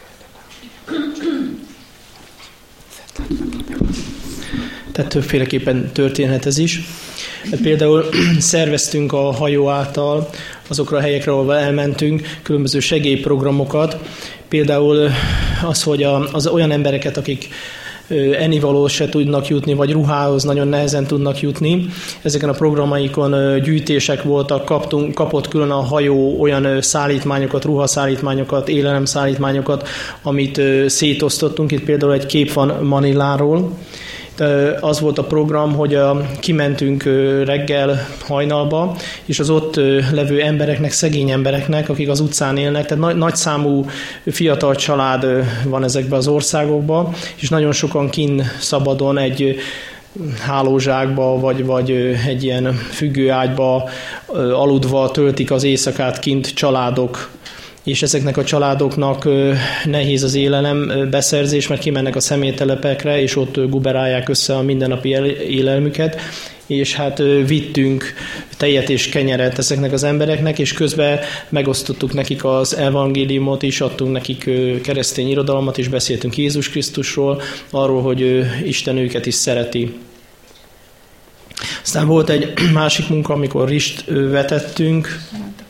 Tehát többféleképpen történhet ez is. Például szerveztünk a hajó által azokra a helyekre, ahol elmentünk, különböző segélyprogramokat. Például az, hogy az olyan embereket, akik ennivalóhoz se tudnak jutni, vagy ruhához nagyon nehezen tudnak jutni. Ezeken a programaikon gyűjtések voltak, kapott külön a hajó olyan szállítmányokat, ruhaszállítmányokat, élelemszállítmányokat, amit szétosztottunk. Itt például egy kép van Maniláról. Az volt a program, hogy kimentünk reggel hajnalba, és az ott levő embereknek, szegény embereknek, akik az utcán élnek, tehát nagy számú fiatal család van ezekben az országokban, és nagyon sokan kint szabadon egy hálózsákba, vagy egy ilyen függőágyba aludva töltik az éjszakát kint családok, és ezeknek a családoknak nehéz az élelem beszerzés, mert kimennek a személytelepekre, és ott guberálják össze a mindennapi élelmüket, és hát vittünk tejet és kenyeret ezeknek az embereknek, és közben megosztottuk nekik az evangéliumot is, adtunk nekik keresztény irodalmat, és beszéltünk Jézus Krisztusról, arról, hogy Isten őket is szereti. Aztán volt egy másik munka, amikor rist vetettünk,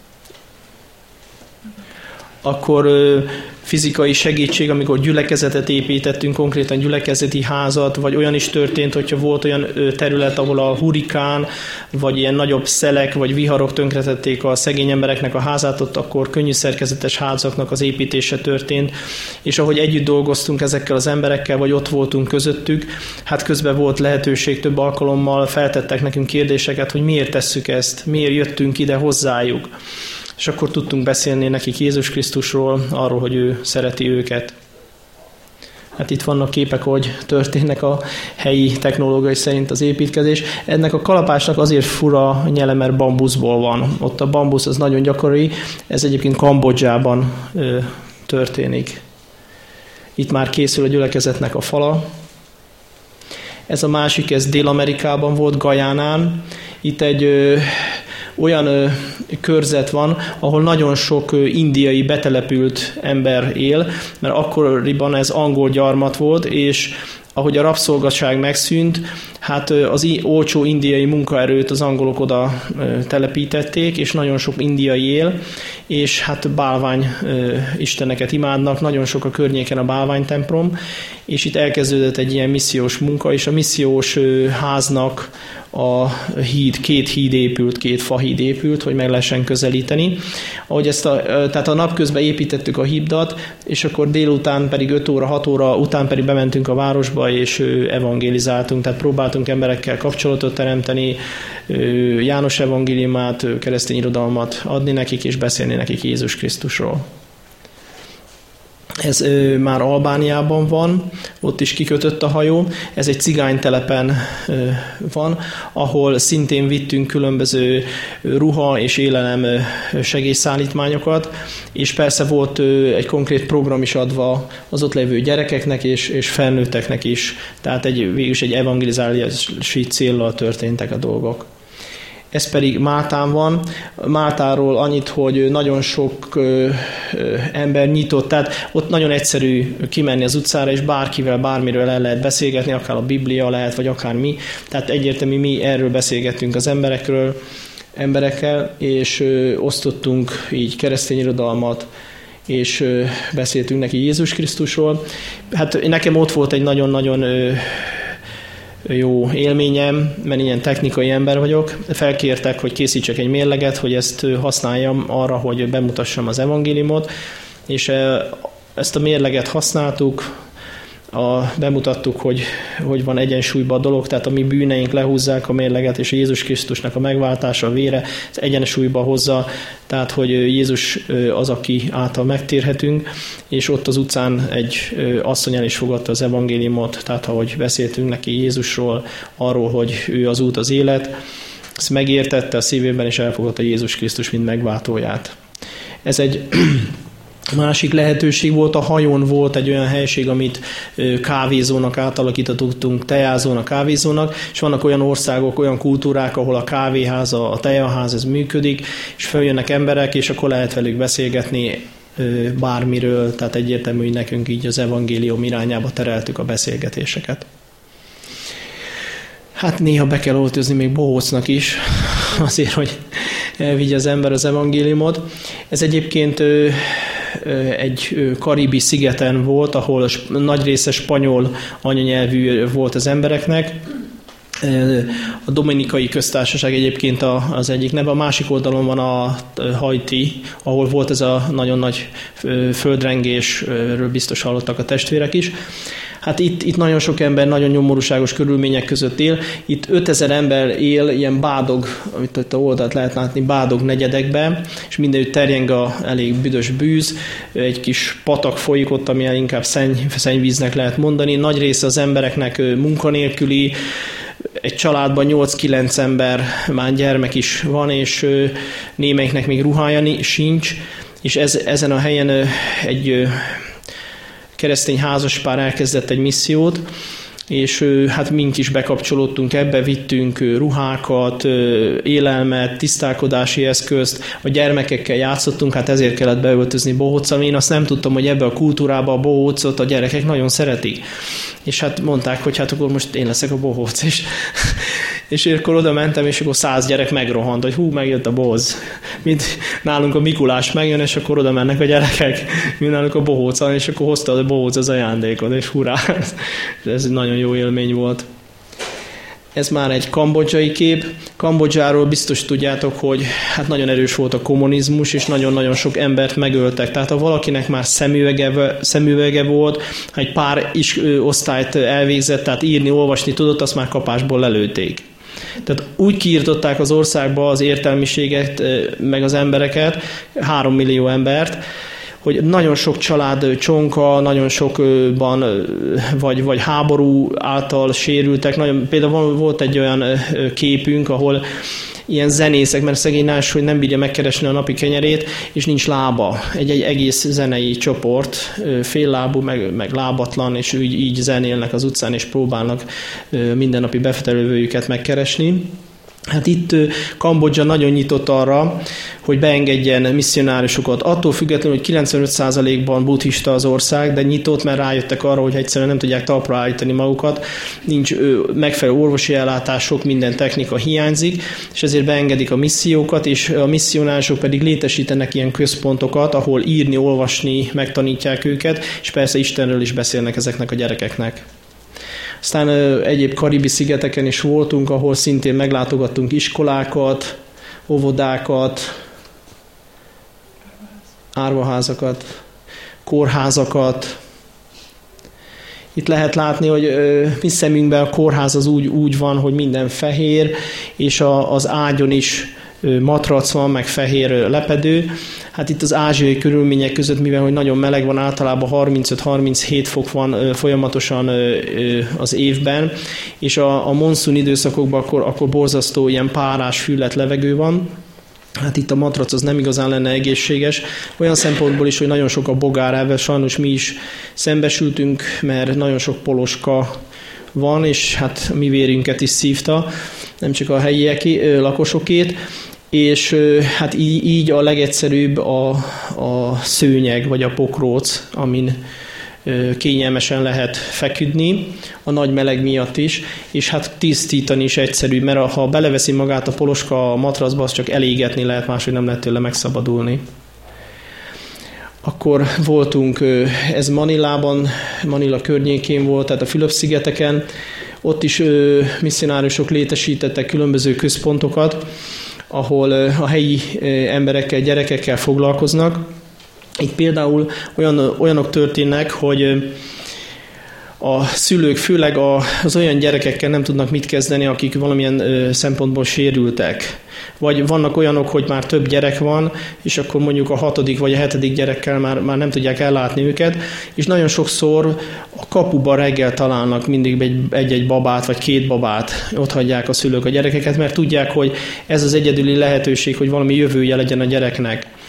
akkor fizikai segítség, amikor gyülekezetet építettünk, konkrétan gyülekezeti házat, vagy olyan is történt, hogyha volt olyan terület, ahol a hurikán, vagy ilyen nagyobb szelek, vagy viharok tönkretették a szegény embereknek a házát, ott akkor könnyű szerkezetes házaknak az építése történt, és ahogy együtt dolgoztunk ezekkel az emberekkel, vagy ott voltunk közöttük, hát közben volt lehetőség, több alkalommal feltettek nekünk kérdéseket, hogy miért tesszük ezt, miért jöttünk ide hozzájuk. És akkor tudtunk beszélni nekik Jézus Krisztusról, arról, hogy ő szereti őket. Hát itt vannak képek, hogy történnek a helyi technológia szerint az építkezés. Ennek a kalapásnak azért fura nyele, mert bambuszból van. Ott a bambusz az nagyon gyakori, ez egyébként Kambodzsában történik. Itt már készül a gyülekezetnek a fala. Ez a másik, ez Dél-Amerikában volt, Gajánán. Itt egy olyan körzet van, ahol nagyon sok indiai betelepült ember él, mert akkoriban ez angol gyarmat volt, és ahogy a rabszolgaság megszűnt, hát az olcsó indiai munkaerőt az angolok oda telepítették, és nagyon sok indiai él, és hát bálvány isteneket imádnak, nagyon sok a környéken a bálványtemplom, és itt elkezdődött egy ilyen missziós munka, és a missziós háznak a híd, 2 híd épült, 2 fahíd épült, hogy meg lehessen közelíteni. Ahogy tehát a napközben építettük a hídat, és akkor délután pedig 5 óra, 6 óra után pedig bementünk a városba, és evangélizáltunk, tehát próbáltunk emberekkel kapcsolatot teremteni, János evangéliumát, keresztény irodalmat adni nekik, és beszélni nekik Jézus Krisztusról. Ez már Albániában van, ott is kikötött a hajó. Ez egy cigánytelepen van, ahol szintén vittünk különböző ruha és élelem segélyszállítmányokat, és persze volt egy konkrét program is adva az ott lévő gyerekeknek és felnőtteknek is. Tehát végülis egy evangelizálási céllal történtek a dolgok. Ez pedig Máltán van. Máltáról annyit, hogy nagyon sok ember nyitott, tehát ott nagyon egyszerű kimenni az utcára, és bárkivel, bármiről el lehet beszélgetni, akár a Biblia lehet, vagy akár mi. Tehát egyértelmű, mi erről beszélgettünk az emberekkel, és osztottunk így keresztény irodalmat, és beszéltünk neki Jézus Krisztusról. Hát nekem ott volt egy nagyon-nagyon jó élményem, mert ilyen technikai ember vagyok. Felkértek, hogy készítsek egy mérleget, hogy ezt használjam arra, hogy bemutassam az evangéliumot, és ezt a mérleget használtuk, bemutattuk, hogy van egyensúlyban a dolog, tehát a mi bűneink lehúzzák a mérleget, és Jézus Krisztusnak a megváltása, a vére egyensúlyba hozza, tehát hogy Jézus az, aki által megtérhetünk, és ott az utcán egy asszony el is fogadta az evangéliumot, tehát ahogy beszéltünk neki Jézusról, arról, hogy ő az út, az élet, ezt megértette a szívében, és elfogadta Jézus Krisztus mint megváltóját. Ez egy Másik lehetőség volt, a hajón volt egy olyan helység, amit kávézónak átalakítottunk, tejázónak, kávézónak, és vannak olyan országok, olyan kultúrák, ahol a kávéház, a tejaház, ez működik, és feljönnek emberek, és akkor lehet velük beszélgetni bármiről, tehát egyértelmű, hogy nekünk így az evangélium irányába tereltük a beszélgetéseket. Hát néha be kell öltözni még bohócnak is, azért, hogy elvigye az ember az evangéliumot. Ez egyébként egy karibi szigeten volt, ahol nagy része spanyol anyanyelvű volt az embereknek. A Dominikai Köztársaság egyébként az egyik neve, a másik oldalon van a Haiti, ahol volt ez a nagyon nagy földrengésről biztos hallottak a testvérek is. Hát itt nagyon sok ember nagyon nyomorúságos körülmények között él. Itt 5000 ember él ilyen bádog, amit ott a oldalt lehet látni, bádog negyedekben, és mindenütt terjeng a elég büdös bűz. Egy kis patak folyik ott, ami inkább szennyvíznek lehet mondani. Nagy része az embereknek munkanélküli, egy családban 8-9 ember, már gyermek is van, és némelyiknek még ruhája sincs, és ezen a helyen egy keresztény házaspár elkezdett egy missziót, és hát mink is bekapcsolódtunk ebbe, vittünk ruhákat, élelmet, tisztálkodási eszközt, a gyermekekkel játszottunk, hát ezért kellett beöltözni bohóccal. Én azt nem tudtam, hogy ebbe a kultúrába a bohócot a gyerekek nagyon szeretik. És hát mondták, hogy hát akkor most én leszek a bohóc is. És akkor oda mentem, és akkor 100 gyerek megrohant, hogy megjött a bohóc. Mint nálunk a Mikulás megjön, és akkor oda mennek a gyerekek, mint nálunk a bohóccal, és akkor hozta a bohóc az ajándékot, és hurrá! Ez egy nagyon jó élmény volt. Ez már egy kambodzsai kép. Kambodzsáról biztos tudjátok, hogy hát nagyon erős volt a kommunizmus, és nagyon-nagyon sok embert megöltek. Tehát ha valakinek már szemüvege volt, ha egy pár osztályt elvégzett, tehát írni, olvasni tudott, azt már kapásból lelőtték. Tehát úgy kiirtották az országba az értelmiséget, meg az embereket, 3 millió embert, hogy nagyon sok család csonka, nagyon sokban vagy háború által sérültek. Például volt egy olyan képünk, ahol ilyen zenészek, mert szegény Nás, hogy nem bírja megkeresni a napi kenyerét, és nincs lába. Egy egész zenei csoport, féllábú, meg lábatlan, és így zenélnek az utcán, és próbálnak mindennapi befelelőjüket megkeresni. Hát itt Kambodzsa nagyon nyitott arra, hogy beengedjen misszionáriusokat. Attól függetlenül, hogy 95%-ban buddhista az ország, de nyitott, mert rájöttek arra, hogy egyszerűen nem tudják talpra állítani magukat, nincs megfelelő orvosi ellátások, minden technika hiányzik, és ezért beengedik a missziókat, és a misszionáriusok pedig létesítenek ilyen központokat, ahol írni, olvasni, megtanítják őket, és persze Istenről is beszélnek ezeknek a gyerekeknek. Aztán egyéb karibi szigeteken is voltunk, ahol szintén meglátogattunk iskolákat, óvodákat, árvaházakat, kórházakat. Itt lehet látni, hogy mi szemünkben a kórház az úgy van, hogy minden fehér, és az ágyon is matrac van, meg fehér lepedő. Hát itt az ázsiai körülmények között, mivel hogy nagyon meleg van, általában 35-37 fok van folyamatosan az évben, és a monszun időszakokban akkor borzasztó ilyen párás, füllet levegő van. Hát itt a matrac az nem igazán lenne egészséges. Olyan szempontból is, hogy nagyon sok a bogár, ezzel sajnos mi is szembesültünk, mert nagyon sok poloska van, és hát mi vérünket is szívta, nem csak a helyi lakosokét, és hát így a legegyszerűbb a szőnyeg, vagy a pokróc, amin kényelmesen lehet feküdni, a nagy meleg miatt is, és hát tisztítani is egyszerű, mert ha beleveszi magát a poloska a matracba, azt csak elégetni lehet, máshogy nem lehet tőle megszabadulni. Akkor voltunk, ez Manilában, Manila környékén volt, tehát a Fülöp-szigeteken, ott is misszionáriusok létesítettek különböző központokat, ahol a helyi emberekkel, gyerekekkel foglalkoznak. Itt például olyanok történnek, hogy a szülők főleg az olyan gyerekekkel nem tudnak mit kezdeni, akik valamilyen szempontból sérültek. Vagy vannak olyanok, hogy már több gyerek van, és akkor mondjuk a 6. vagy a 7. gyerekkel már nem tudják ellátni őket, és nagyon sokszor a kapuban reggel találnak mindig egy-egy babát, vagy 2 babát, ott hagyják a szülők a gyerekeket, mert tudják, hogy ez az egyedüli lehetőség, hogy valami jövője legyen a gyereknek.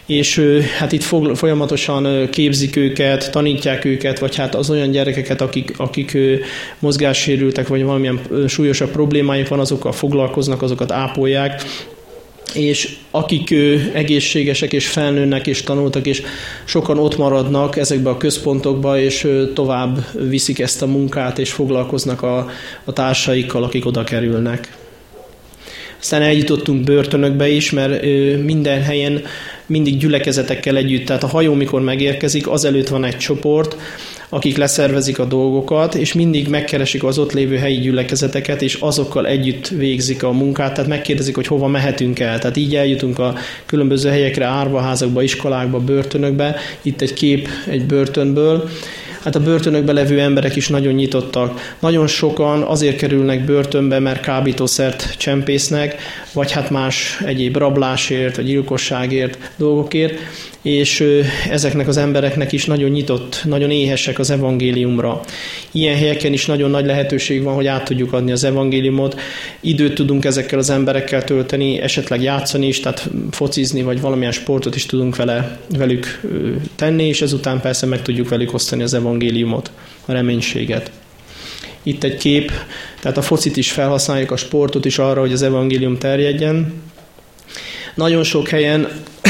és hát itt folyamatosan képzik őket, tanítják őket, vagy hát az olyan gyerekeket, akik mozgássérültek, vagy valamilyen súlyosabb problémájuk van, azokkal foglalkoznak, azokat ápolják, és akik egészségesek és felnőnek és tanultak, és sokan ott maradnak ezekbe a központokba, és tovább viszik ezt a munkát, és foglalkoznak a társaikkal, akik oda kerülnek. Aztán eljutottunk börtönökbe is, mert minden helyen mindig gyülekezetekkel együtt, tehát a hajó mikor megérkezik, azelőtt van egy csoport, akik leszervezik a dolgokat, és mindig megkeresik az ott lévő helyi gyülekezeteket, és azokkal együtt végzik a munkát, tehát megkérdezik, hogy hova mehetünk el. Tehát így eljutunk a különböző helyekre, árvaházakba, iskolákba, börtönökbe. Itt egy kép egy börtönből. Hát a börtönökben levő emberek is nagyon nyitottak. Nagyon sokan azért kerülnek börtönbe, mert kábítószert csempésznek, vagy hát más egyéb rablásért, vagy gyilkosságért, dolgokért, és ezeknek az embereknek is nagyon nyitott, nagyon éhesek az evangéliumra. Ilyen helyeken is nagyon nagy lehetőség van, hogy át tudjuk adni az evangéliumot, időt tudunk ezekkel az emberekkel tölteni, esetleg játszani is, tehát focizni, vagy valamilyen sportot is tudunk velük tenni, és ezután persze meg tudjuk velük osztani az evangéliumot, a reménységet. Itt egy kép, tehát a focit is felhasználjuk, a sportot is arra, hogy az evangélium terjedjen. Nagyon sok helyen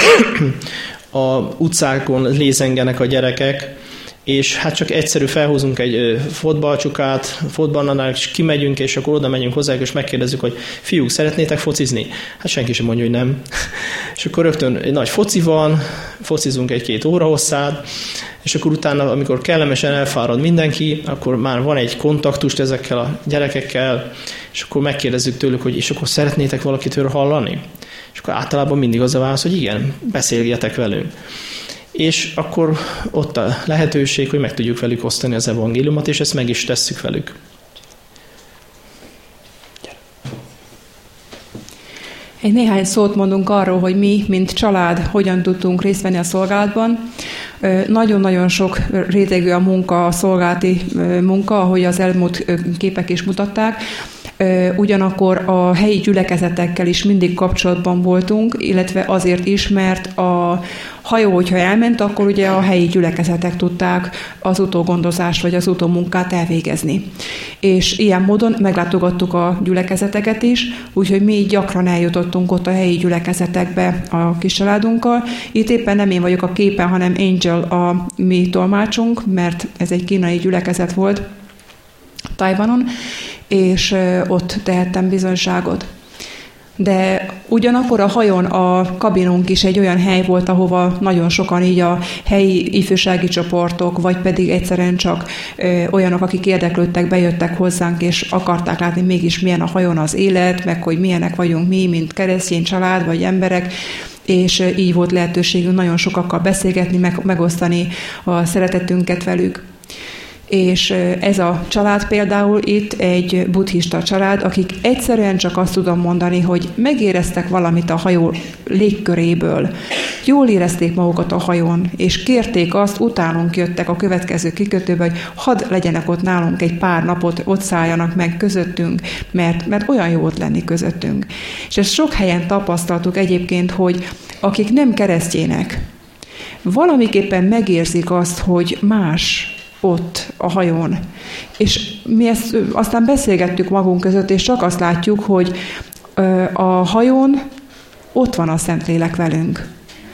a utcákon lézengenek a gyerekek, és hát csak egyszerű felhúzunk egy fotballnadrágot, és kimegyünk, és akkor oda megyünk hozzá, és megkérdezzük, hogy fiúk, szeretnétek focizni? Hát senki sem mondja, hogy nem. És akkor rögtön egy nagy foci van, focizunk 1-2 óra hosszát, és akkor utána, amikor kellemesen elfárad mindenki, akkor már van egy kontaktust ezekkel a gyerekekkel, és akkor megkérdezzük tőlük, hogy és akkor szeretnétek valakitől hallani? És akkor általában mindig az a válasz, hogy igen, beszéljetek velünk. És akkor ott a lehetőség, hogy meg tudjuk velük osztani az evangéliumot, és ezt meg is tesszük velük. Egy néhány szót mondunk arról, hogy mi, mint család, hogyan tudtunk részt venni a szolgálatban. Nagyon-nagyon sok rétegű a munka, a szolgálati munka, ahogy az elmúlt képek is mutatták. Ugyanakkor a helyi gyülekezetekkel is mindig kapcsolatban voltunk, illetve azért is, mert a hajó, hogyha elment, akkor ugye a helyi gyülekezetek tudták az utógondozást vagy az utómunkát elvégezni. És ilyen módon meglátogattuk a gyülekezeteket is, úgyhogy mi gyakran eljutottunk ott a helyi gyülekezetekbe a kis családunkkal. Itt éppen nem én vagyok a képen, hanem Angel a mi tolmácsunk, mert ez egy kínai gyülekezet volt Tajvanon, és ott tehettem bizonyságot. De ugyanakkor a hajón a kabinunk is egy olyan hely volt, ahova nagyon sokan így a helyi ifjúsági csoportok, vagy pedig egyszerűen csak olyanok, akik érdeklődtek, bejöttek hozzánk, és akarták látni mégis milyen a hajón az élet, meg hogy milyenek vagyunk mi, mint keresztény család, vagy emberek, és így volt lehetőségünk nagyon sokakkal beszélgetni, megosztani a szeretetünket velük. És ez a család például itt egy buddhista család, akik egyszerűen csak azt tudom mondani, hogy megéreztek valamit a hajó légköréből. Jól érezték magukat a hajón, és kérték azt, utánunk jöttek a következő kikötőbe, hogy hadd legyenek ott nálunk egy pár napot, ott szálljanak meg közöttünk, mert olyan jó ott lenni közöttünk. És ezt sok helyen tapasztaltuk egyébként, hogy akik nem keresztjének, valamiképpen megérzik azt, hogy más ott a hajón. És mi ezt aztán beszélgettük magunk között, és csak azt látjuk, hogy a hajón ott van a Szentlélek velünk.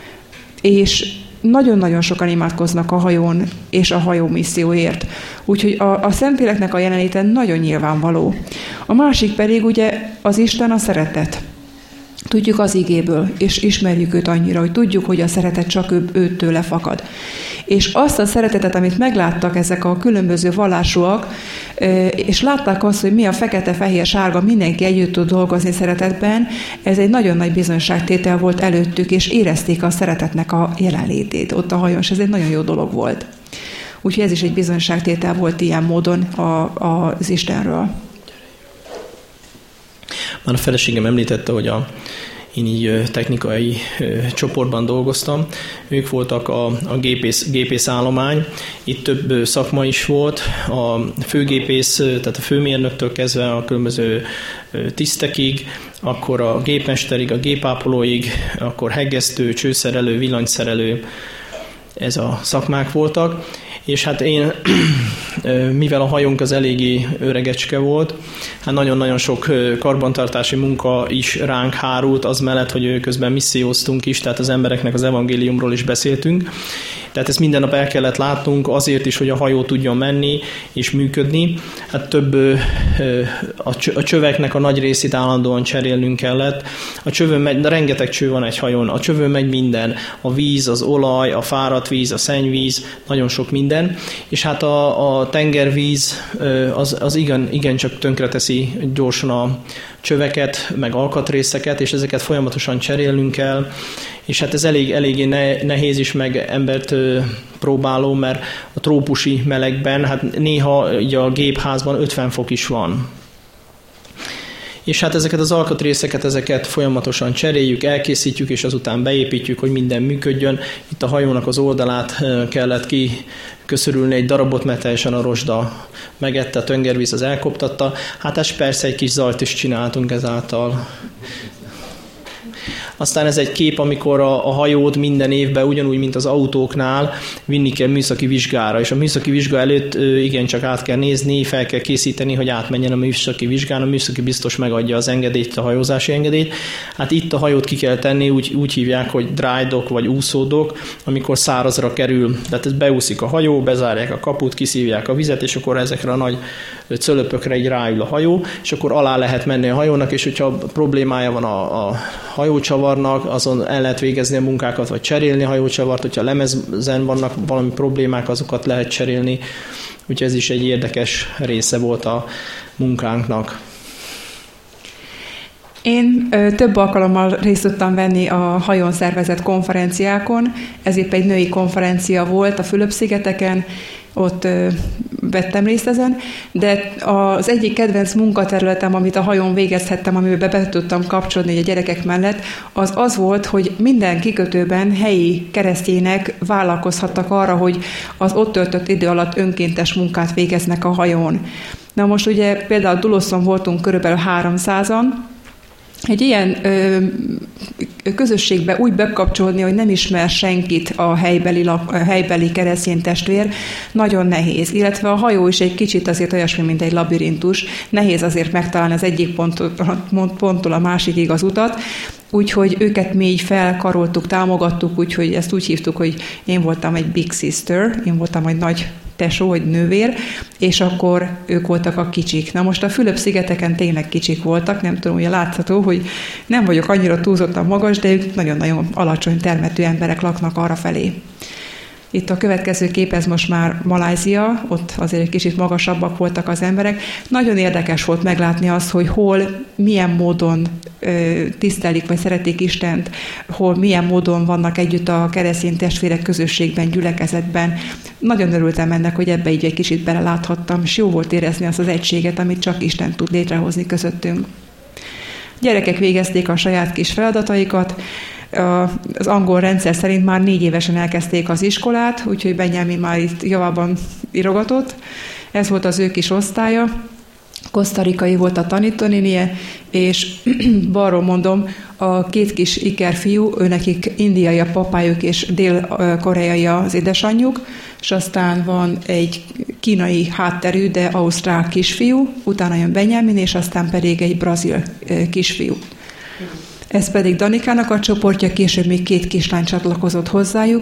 És nagyon-nagyon sokan imádkoznak a hajón és a hajó misszióért. Úgyhogy a Szentléleknek a jelenléte nagyon nyilvánvaló. A másik pedig ugye az Isten a szeretet. Tudjuk az igéből, és ismerjük őt annyira, hogy tudjuk, hogy a szeretet csak őtől fakad. És azt a szeretetet, amit megláttak ezek a különböző vallásúak, és látták azt, hogy mi a fekete, fehér, sárga, mindenki együtt tud dolgozni szeretetben, ez egy nagyon nagy bizonyságtétel volt előttük, és érezték a szeretetnek a jelenlétét ott a hajón, és ez egy nagyon jó dolog volt. Úgyhogy ez is egy bizonyságtétel volt ilyen módon az Istenről. Már a feleségem említette, hogy én így technikai csoportban dolgoztam. Ők voltak a gépészállomány, itt több szakma is volt, a főgépész, tehát a főmérnöktől kezdve a különböző tisztekig, akkor a gépmesterig, a gépápolóig, akkor heggesztő, csőszerelő, villanyszerelő, ez a szakmák voltak. És hát én, mivel a hajónk az eléggé öregecske volt, hát nagyon-nagyon sok karbantartási munka is ránk hárult, az mellett, hogy közben misszióztunk is, tehát az embereknek az evangéliumról is beszéltünk. Tehát ezt minden nap el kellett látnunk azért is, hogy a hajó tudjon menni és működni. Hát a csöveknek a nagy részét állandóan cserélnünk kellett. A csövön megy, rengeteg cső van egy hajón, a csövön megy minden. A víz, az olaj, a fáradt víz, a szennyvíz, nagyon sok minden. És hát a tengervíz az igen csak tönkreteszi gyorsan a csöveket, meg alkatrészeket, és ezeket folyamatosan cserélnünk kell. És hát ez eléggé nehéz is, meg embert próbáló, mert a trópusi melegben, hát néha ugye a gépházban 50 fok is van. És hát ezeket az alkatrészeket, ezeket folyamatosan cseréljük, elkészítjük, és azután beépítjük, hogy minden működjön. Itt a hajónak az oldalát kellett kiköszörülni egy darabot, mert teljesen a rozsda megette, a tengervíz az elkoptatta. Hát ez persze egy kis zajt is csináltunk ezáltal. Aztán ez egy kép, amikor a hajót minden évben, ugyanúgy, mint az autóknál, vinni kell műszaki vizsgára, és a műszaki vizsga előtt igencsak át kell nézni, fel kell készíteni, hogy átmenjen a műszaki vizsgán, a műszaki biztos megadja az engedélyt, a hajózási engedélyt. Hát itt a hajót ki kell tenni, úgy hívják, hogy dry dock vagy úszódok, amikor szárazra kerül. Tehát ez beúszik a hajó, bezárják a kaput, kiszívják a vizet, és akkor ezekre a nagy cölöpökre így ráül a hajó, és akkor alá lehet menni a hajónak, és hogyha problémája van a hajócsavarnak, azon el lehet végezni a munkákat, vagy cserélni a hajócsavart, hogyha lemezen vannak valami problémák, azokat lehet cserélni. Úgyhogy ez is egy érdekes része volt a munkánknak. Én több alkalommal részt tudtam venni a hajón szervezett konferenciákon, ez épp egy női konferencia volt a Fülöp-szigeteken, ott vettem részt ezen, de az egyik kedvenc munkaterületem, amit a hajón végezhettem, amiben be tudtam kapcsolódni a gyerekek mellett, az volt, hogy minden kikötőben helyi keresztjének vállalkozhattak arra, hogy az ott töltött idő alatt önkéntes munkát végeznek a hajón. Na most ugye például Duloszon voltunk körülbelül 300-an, egy ilyen közösségbe úgy bekapcsolódni, hogy nem ismer senkit a helybeli keresztény testvér, nagyon nehéz. Illetve a hajó is egy kicsit azért olyasmi, mint egy labirintus. Nehéz azért megtalálni az egyik ponttól a másikig az utat. Úgyhogy őket mi így felkaroltuk, támogattuk, úgyhogy ezt úgy hívtuk, hogy én voltam egy big sister, én voltam egy nagy tesó, vagy nővér, és akkor ők voltak a kicsik. Na most a Fülöp-szigeteken tényleg kicsik voltak, nem tudom, ugye látható, hogy nem vagyok annyira túlzottan magas, de ők nagyon-nagyon alacsony termetű emberek laknak arrafelé. Itt a következő kép, ez most már Malajzia, ott azért egy kicsit magasabbak voltak az emberek. Nagyon érdekes volt meglátni azt, hogy hol, milyen módon tisztelik, vagy szeretik Istent, hol milyen módon vannak együtt a keresztény testvérek közösségben, gyülekezetben. Nagyon örültem ennek, hogy ebbe így egy kicsit beleláthattam, és jó volt érezni azt az egységet, amit csak Isten tud létrehozni közöttünk. Gyerekek végezték a saját kis feladataikat, az angol rendszer szerint már 4 évesen elkezdték az iskolát, úgyhogy Benjamin már itt javában írogatott. Ez volt az ő kis osztálya. Kosztarikai volt a tanítónénie, és balról mondom, a 2 kis ikerfiú, őnekik indiai a papájuk és dél-koreai az édesanyjuk, és aztán van egy kínai hátterű, de ausztrál kisfiú, utána jön Benjamin, és aztán pedig egy brazil kisfiú. Ez pedig Danikának a csoportja, később még 2 kislány csatlakozott hozzájuk.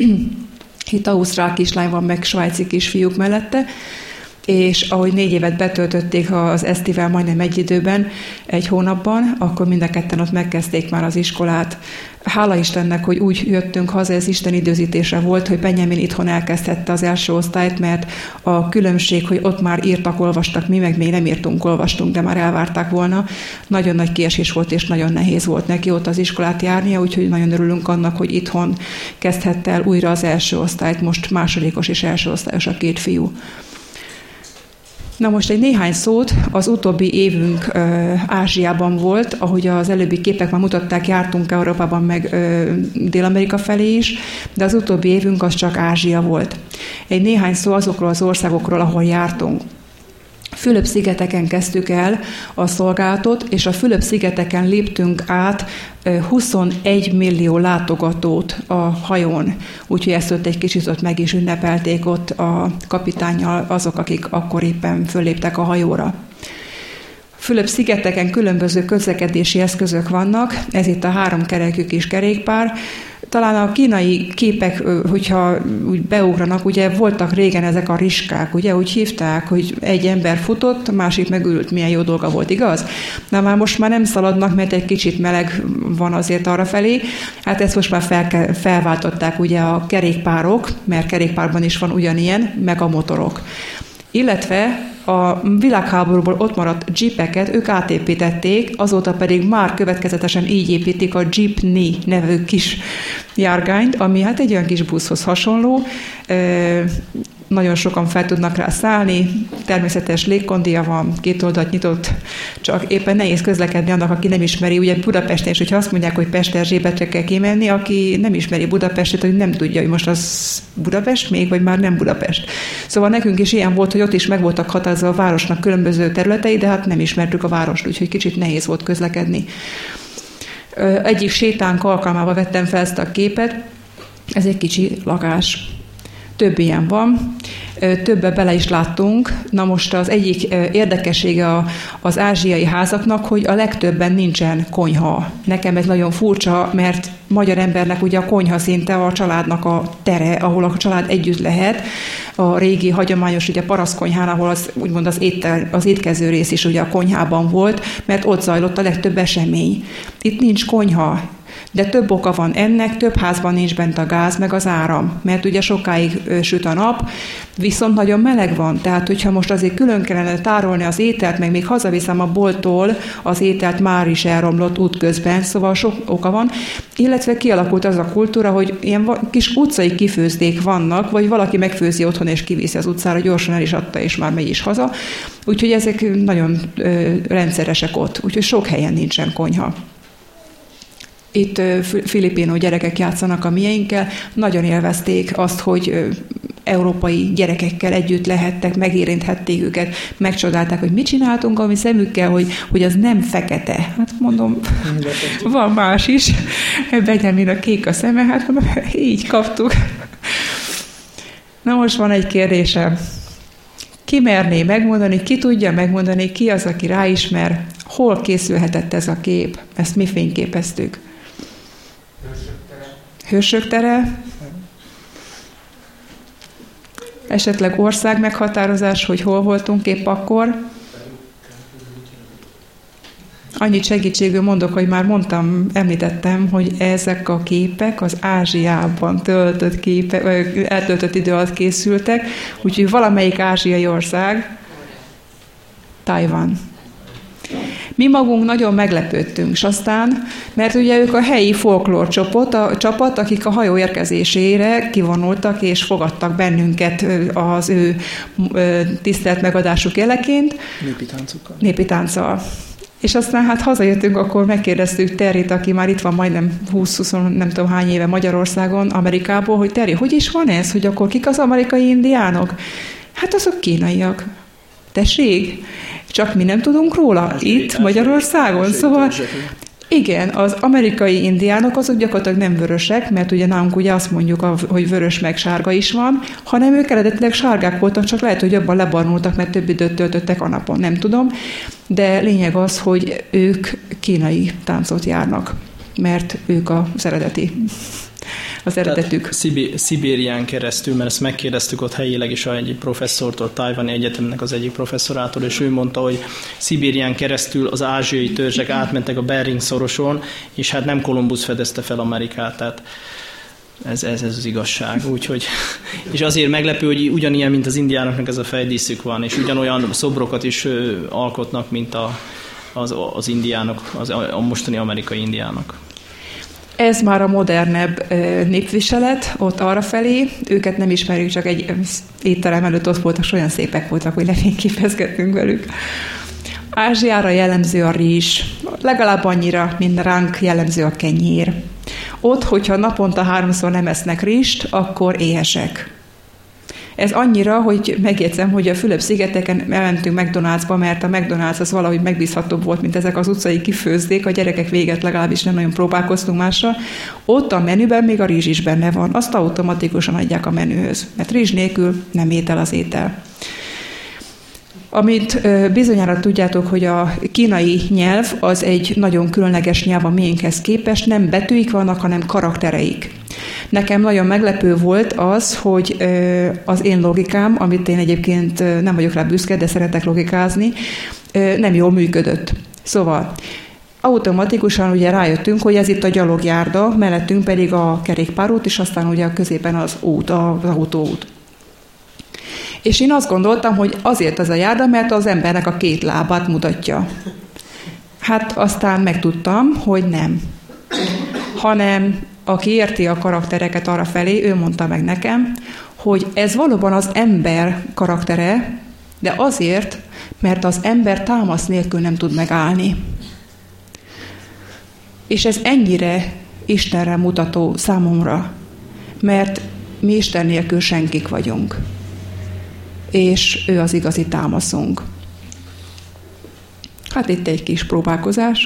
Itt ausztrál kislány van, meg svájci kisfiúk mellette, és ahogy 4 évet betöltötték az Esztivel majdnem egy időben, 1 hónapban, akkor mind a ketten ott megkezdték már az iskolát. Hála Istennek, hogy úgy jöttünk haza, ez Isten időzítése volt, hogy Benjamin itthon elkezdhette az első osztályt, mert a különbség, hogy ott már írtak, olvastak, mi meg még nem írtunk, olvastunk, de már elvárták volna. Nagyon nagy kiesés volt, és nagyon nehéz volt neki ott az iskolát járnia, úgyhogy nagyon örülünk annak, hogy itthon kezdhette el újra az első osztályt, most másodikos és első osztályos a 2 fiú. Na most egy néhány szót, az utóbbi évünk Ázsiában volt, ahogy az előbbi képek már mutatták, jártunk Európában meg Dél-Amerika felé is, de az utóbbi évünk az csak Ázsia volt. Egy néhány szó azokról az országokról, ahol jártunk. Fülöp-szigeteken kezdtük el a szolgálatot, és a Fülöp-szigeteken léptünk át 21 millió látogatót a hajón. Úgyhogy ezt ott egy kicsit ott meg is ünnepelték ott a kapitánnyal azok, akik akkor éppen fölléptek a hajóra. Fülöp-szigeteken különböző közlekedési eszközök vannak, ez itt a 3 kerekű kis kerékpár. Talán a kínai képek, hogyha úgy beugranak, ugye voltak régen ezek a riskák, ugye úgy hívták, hogy egy ember futott, a másik megült, milyen jó dolga volt, igaz? Na már most már nem szaladnak, mert egy kicsit meleg van azért arrafelé. Hát ezt most már felváltották ugye a kerékpárok, mert kerékpárban is van ugyanilyen, meg a motorok. Illetve a világháborúból ott maradt jeepeket ők átépítették, azóta pedig már következetesen így építik a Jeepney nevű kis járgányt, ami hát egy olyan kis buszhoz hasonló, nagyon sokan fel tudnak rá szállni, természetes légkondia van, 2 oldalt nyitott, csak éppen nehéz közlekedni annak, aki nem ismeri. Ugye Budapesten is, hogyha azt mondják, hogy Pesterzsébetre kell kimenni, aki nem ismeri Budapestet, hogy nem tudja, hogy most az Budapest még, vagy már nem Budapest. Szóval nekünk is ilyen volt, hogy ott is meg voltak határozva a városnak különböző területei, de hát nem ismertük a várost, úgyhogy kicsit nehéz volt közlekedni. Egyik sétánk alkalmával vettem fel ezt a képet, ez egy kicsi lakás. Több ilyen van, többe bele is láttunk. Na most az egyik érdekessége az ázsiai házaknak, hogy a legtöbben nincsen konyha. Nekem ez nagyon furcsa, mert magyar embernek ugye a konyha szinte a családnak a tere, ahol a család együtt lehet. A régi hagyományos ugye parasztkonyhán, ahol úgymond az étkező rész is ugye a konyhában volt, mert ott zajlott a legtöbb esemény. Itt nincs konyha. De több oka van ennek, több házban nincs bent a gáz, meg az áram, mert ugye sokáig süt a nap, viszont nagyon meleg van, tehát hogyha most azért külön kellene tárolni az ételt, meg még hazaviszem a bolttól, az ételt már is elromlott útközben, szóval sok oka van, illetve kialakult az a kultúra, hogy ilyen kis utcai kifőzdék vannak, vagy valaki megfőzi otthon és kiviszi az utcára, gyorsan el is adta, és már megy is haza, úgyhogy ezek nagyon rendszeresek ott, úgyhogy sok helyen nincsen konyha. Itt filipinó gyerekek játszanak a mieinkkel, nagyon élvezték azt, hogy európai gyerekekkel együtt lehettek, megérinthették őket, megcsodálták, hogy mit csináltunk a mi szemükkel, hogy az nem fekete. Hát mondom, van más is. Benjamin a kék a szeme, hát így kaptuk. Na most van egy kérdésem. Ki merné megmondani, ki tudja megmondani, ki az, aki ráismer, hol készülhetett ez a kép? Ezt mi fényképeztük? Hősök tere? Esetleg ország meghatározás, hogy hol voltunk épp akkor? Annyit segítségül mondok, hogy már említettem, hogy ezek a képek az Ázsiában töltött képek, eltöltött idő alatt készültek, úgyhogy valamelyik ázsiai ország, Tajvan. Mi magunk nagyon meglepődtünk, és aztán, mert ugye ők a helyi folklór csapat, akik a hajó érkezésére kivonultak és fogadtak bennünket az ő tisztelt megadásuk jeleként. Népi tánccal. És aztán hát hazajöttünk, akkor megkérdeztük Territ, aki már itt van majdnem 20-20, nem tudom hány éve Magyarországon, Amerikából, hogy Terri, hogy is van ez, hogy akkor kik az amerikai indiánok? Hát azok kínaiak. Tessék? Csak mi nem tudunk róla itt Magyarországon. Szóval igen, az amerikai indiánok azok gyakorlatilag nem vörösek, mert ugye nálunk ugye azt mondjuk, hogy vörös meg sárga is van, hanem ők eredetileg sárgák voltak, csak lehet, hogy jobban lebarnultak, mert több időt töltöttek a napon, nem tudom. De lényeg az, hogy ők kínai táncot járnak, mert ők az eredetük. Szibérián keresztül, mert ezt megkérdeztük ott helyileg is egyik professzortól, Tajvani Egyetemnek az egyik professzorától, és ő mondta, hogy Szibérián keresztül az ázsiai törzsek átmentek a Bering-szoroson, és hát nem Kolumbusz fedezte fel Amerikát, tehát ez az igazság. Úgyhogy, és azért meglepő, hogy ugyanilyen, mint az indiánoknak ez a fejdíszük van, és ugyanolyan szobrokat is alkotnak, mint az indiánok, a mostani amerikai indiánok. Ez már a modernebb népviselet, ott arrafelé. Őket nem ismerjük, csak egy étterem előtt ott voltak, olyan szépek voltak, hogy lefényképezgettünk velük. Ázsiára jellemző a rizs, legalább annyira, mint ránk jellemző a kenyér. Ott, hogyha naponta 3-szor nem esznek rizst, akkor éhesek. Ez annyira, hogy megjegyzem, hogy a Fülöp-szigeteken elmentünk McDonald'sba, mert a McDonald's az valahogy megbízhatóbb volt, mint ezek az utcai kifőzdék, a gyerekek véget legalábbis nem nagyon próbálkoztunk másra. Ott a menüben még a rizs is benne van, azt automatikusan adják a menühöz, mert rizs nélkül nem étel az étel. Amit bizonyára tudjátok, hogy a kínai nyelv az egy nagyon különleges nyelv a miénkhez képest, nem betűik vannak, hanem karaktereik. Nekem nagyon meglepő volt az, hogy az én logikám, amit én egyébként nem vagyok rá büszke, de szeretek logikázni, nem jól működött. Szóval automatikusan ugye rájöttünk, hogy ez itt a gyalogjárda, mellettünk pedig a kerékpárút, és aztán ugye a középen az út, az autóút. És én azt gondoltam, hogy azért az a járda, mert az embernek a 2 lábát mutatja. Hát aztán megtudtam, hogy nem. Hanem aki érti a karaktereket arra felé, ő mondta meg nekem, hogy ez valóban az ember karaktere, de azért, mert az ember támasz nélkül nem tud megállni. És ez ennyire Istenre mutató számomra, mert mi Isten nélkül senkik vagyunk. És ő az igazi támaszunk. Hát itt egy kis próbálkozás.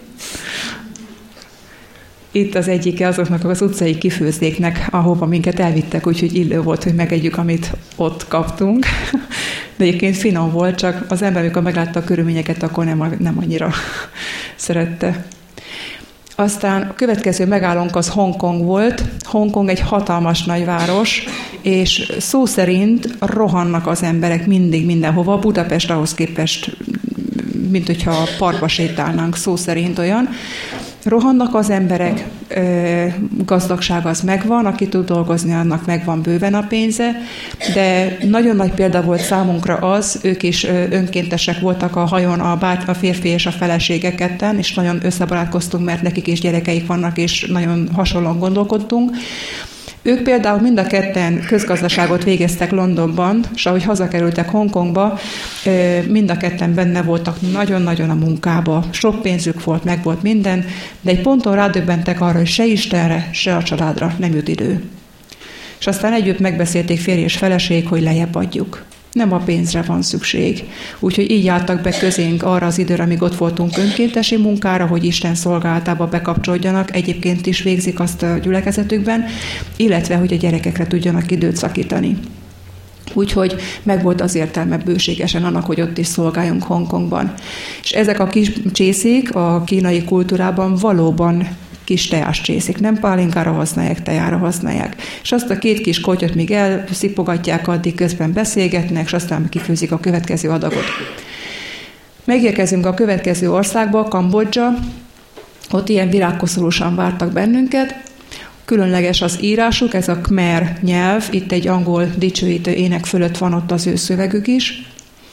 Itt az egyike azoknak az utcai kifőzdéknek, ahova minket elvittek, úgyhogy illő volt, hogy megegyük, amit ott kaptunk. De egyébként finom volt, csak az ember, amikor meglátta a körülményeket, akkor nem annyira szerette. Aztán a következő megállónk az Hongkong volt. Hongkong egy hatalmas nagyváros, és szó szerint rohannak az emberek mindig mindenhova. Budapest ahhoz képest, mint hogyha a parkba sétálnánk, szó szerint olyan. Rohannak az emberek, gazdagság az megvan, aki tud dolgozni, annak megvan bőven a pénze, de nagyon nagy példa volt számunkra az, ők is önkéntesek voltak a hajón, a férfi és a felesége ketten, és nagyon összebarátkoztunk, mert nekik is gyerekeik vannak, és nagyon hasonlóan gondolkodtunk. Ők például mind a ketten közgazdaságot végeztek Londonban, és ahogy hazakerültek Hongkongba, mind a ketten benne voltak nagyon-nagyon a munkába. Sok pénzük volt, meg volt minden, de egy ponton rádöbbentek arra, hogy se Istenre, se a családra nem jut idő. És aztán együtt megbeszélték férj és feleség, hogy lejjebb adjuk. Nem a pénzre van szükség. Úgyhogy így álltak be közénk arra az időre, amíg ott voltunk önkéntesi munkára, hogy Isten szolgálatába bekapcsolódjanak, egyébként is végzik azt a gyülekezetükben, illetve, hogy a gyerekekre tudjanak időt szakítani. Úgyhogy megvolt az értelme bőségesen annak, hogy ott is szolgáljunk Hongkongban. És ezek a kis csészék a kínai kultúrában valóban kis teás csészik, nem pálinkára használják, tejára használják. És azt a 2 kis kortyot még elszipogatják, addig közben beszélgetnek, és aztán kifőzik a következő adagot. Megérkezünk a következő országba, Kambodzsa, ott ilyen virágkoszorúsan vártak bennünket. Különleges az írásuk, ez a Khmer nyelv, itt egy angol dicsőítő ének fölött van ott az ő szövegük is.